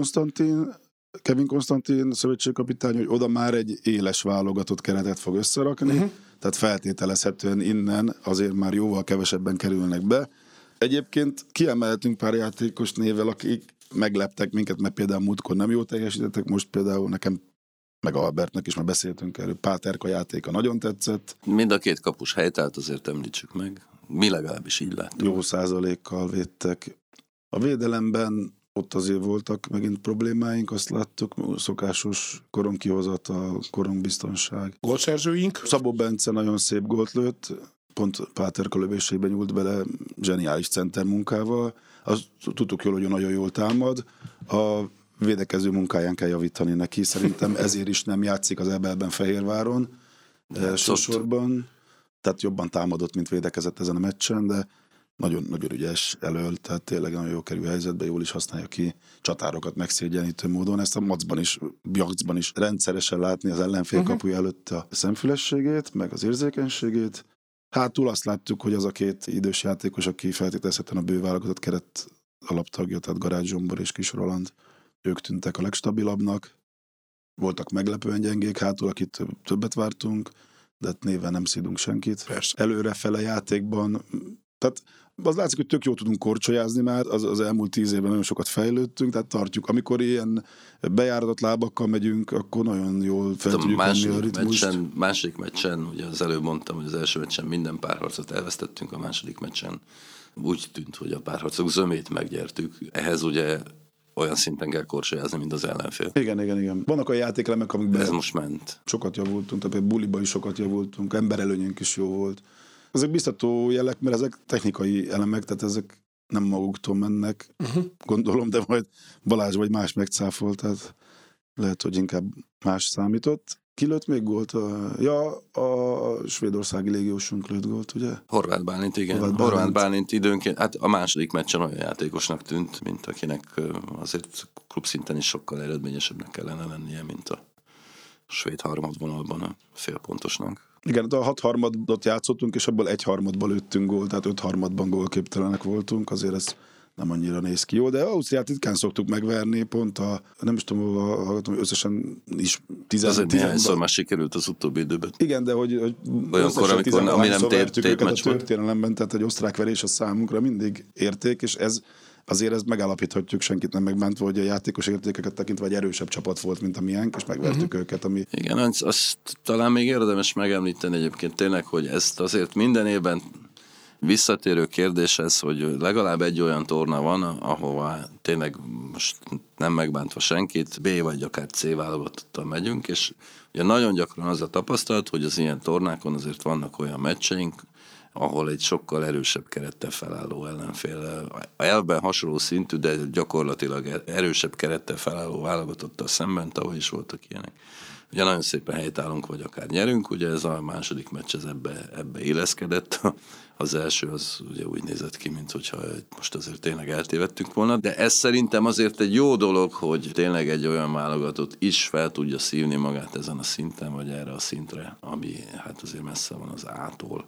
Kevin Konstantin szövetségkapitány, hogy oda már egy éles válogatott keretet fog összerakni, tehát feltételezhetően innen azért már jóval kevesebben kerülnek be. Egyébként kiemelhetünk pár játékos névvel, akik megleptek minket, mert például múltkor nem jól teljesítettek, most például nekem, meg Albertnek is már beszéltünk erről, Páterka játéka nagyon tetszett. Mind a 2 kapus helytált, azért említsük meg. Mi legalábbis így láttuk. Jó százalékkal védtek. A védelemben ott azért voltak megint problémáink, azt láttuk, szokásos koronghozata, korongbiztonság. Gólszerzőink? Szabó Bence nagyon szép gólt lőtt, pont Páterka lövésében nyúlt bele zseniális center munkával. Azt tudtuk jól, hogy nagyon jól támad. A védekező munkáján kell javítani neki. Szerintem ezért is nem játszik az EBL-ben Fehérváron elsősorban. Tehát jobban támadott, mint védekezett ezen a meccsen, de nagyon ügyes elől, tehát tényleg nagyon jó kerül helyzetbe, jól is használja ki csatárokat megszégyenítő módon. Ezt a Bjacban is rendszeresen látni az ellenfél kapuja előtt a szemfülességét, meg az érzékenységét. Hátul azt láttuk, hogy az a 2 idős játékos, aki feltételezhetően a bő válogatott keret alaptagja, tehát Garács Zsombor és Kis Roland, ők tűntek a legstabilabbnak. Voltak meglepően gyengék hátul, akit többet vártunk, de néven nem szídunk senkit. Persze. Előrefele játékban, tehát az látszik, hogy tök jó tudunk korcsolyázni már, az elmúlt 10 évben nagyon sokat fejlődtünk, tehát tartjuk. Amikor ilyen bejáratott lábakkal megyünk, akkor nagyon jól fel tudjuk venni a ritmust. Másik meccsen, ugye az előbb mondtam, hogy az első meccsen minden párharcot elvesztettünk, a második meccsen úgy tűnt, hogy a párharcok zömét meggyertük. Ehhez ugye olyan szinten kell korcsolyázni, mint az ellenfél. Igen. Vannak olyan játékelemek, amikben Ez most ment. sokat javultunk, tehát például buliba is sokat javultunk, emberelőnyünk is jó volt. Ezek biztató jelek, mert ezek technikai elemek, tehát ezek nem maguktól mennek, gondolom, de majd Balázs vagy más megcáfolt, tehát lehet, hogy inkább más számított. Ki lőtt még gólt? A svédországi légiósunk lőtt gólt, ugye? Horváth Bálint, igen. Horváth Bálint időnként, hát a második meccsen olyan játékosnak tűnt, mint akinek azért klubszinten is sokkal eredményesebbnek kellene lennie, mint a svéd harmadvonalban a félpontosnak. Igen, a 6 harmadot játszottunk, és abból 1 harmadban lőttünk gólt, tehát 5 harmadban gólképtelenek voltunk, azért ez nem annyira néz ki jó, de Ausztriát ritkán szoktuk megverni, pont nem is tudom, hallgatom, összesen is 10-10. Néhányszor már sikerült az utóbbi időben. Igen, de hogy olyankor, amikor ami nem tét a történelemben, tehát egy osztrák verés a számunkra mindig érték, és azért megállapíthatjuk, senkit nem megbántva, hogy a játékos értékeket tekintve egy erősebb csapat volt, mint a miénk, és megvertük őket. Igen, azt talán még érdemes megemlíteni egyébként tényleg, hogy ezt azért minden évben visszatérő kérdés ez, hogy legalább egy olyan torna van, ahova tényleg most nem megbántva senkit, B vagy akár C válogatottal megyünk, és ugye nagyon gyakran az a tapasztalat, hogy az ilyen tornákon azért vannak olyan meccseink, ahol egy sokkal erősebb kerettel felálló ellenfél, elben hasonló szintű, de gyakorlatilag erősebb kerettel felálló válogatottal szemben, tavaly is voltak ilyenek. Ugye nagyon szépen helytállunk, vagy akár nyerünk, ugye ez a második meccs ez ebbe illeszkedett. Az első az ugye úgy nézett ki, mint hogyha most azért tényleg eltévedtünk volna, de ez szerintem azért egy jó dolog, hogy tényleg egy olyan válogatott is fel tudja szívni magát ezen a szinten, vagy erre a szintre, ami hát azért messze van az A-tól,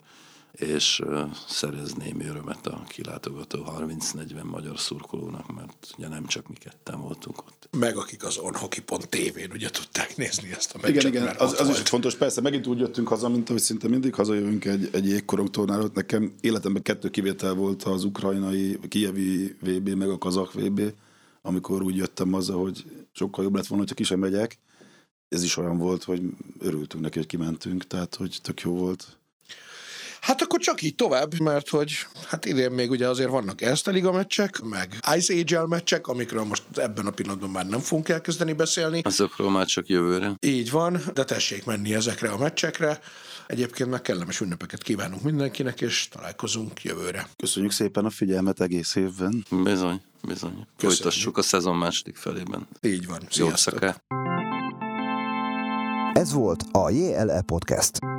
és szerez némi örömet a kilátogató 30-40 magyar szurkolónak, mert ugye nem csak mi ketten voltunk ott. Meg akik az onhockey.tv-n ugye tudták nézni ezt a meccset. Igen, az is fontos. Persze, megint úgy jöttünk haza, mint ahogy szinte mindig hazajövünk egy jégkorong tornáról. Nekem életemben 2 kivétel volt, az ukrajnai, kijevi VB, meg a kazak VB, amikor úgy jöttem haza, hogy sokkal jobb lett volna, hogyha ki sem megyek. Ez is olyan volt, hogy örültünk neki, hogy kimentünk, tehát hogy tök jó volt. Hát akkor csak így tovább, mert hogy hát idén még ugye azért vannak Erste Liga meccsek, meg Ice Age-el meccsek, amikről most ebben a pillanatban már nem fogunk elkezdeni beszélni. Azokról már csak jövőre. Így van, de tessék menni ezekre a meccsekre. Egyébként meg kellemes ünnepeket kívánunk mindenkinek, és találkozunk jövőre. Köszönjük szépen a figyelmet egész évben. Bizony. Folytassuk a szezon második felében. Így van. Sziasztok! Ez volt a JLE Podcast.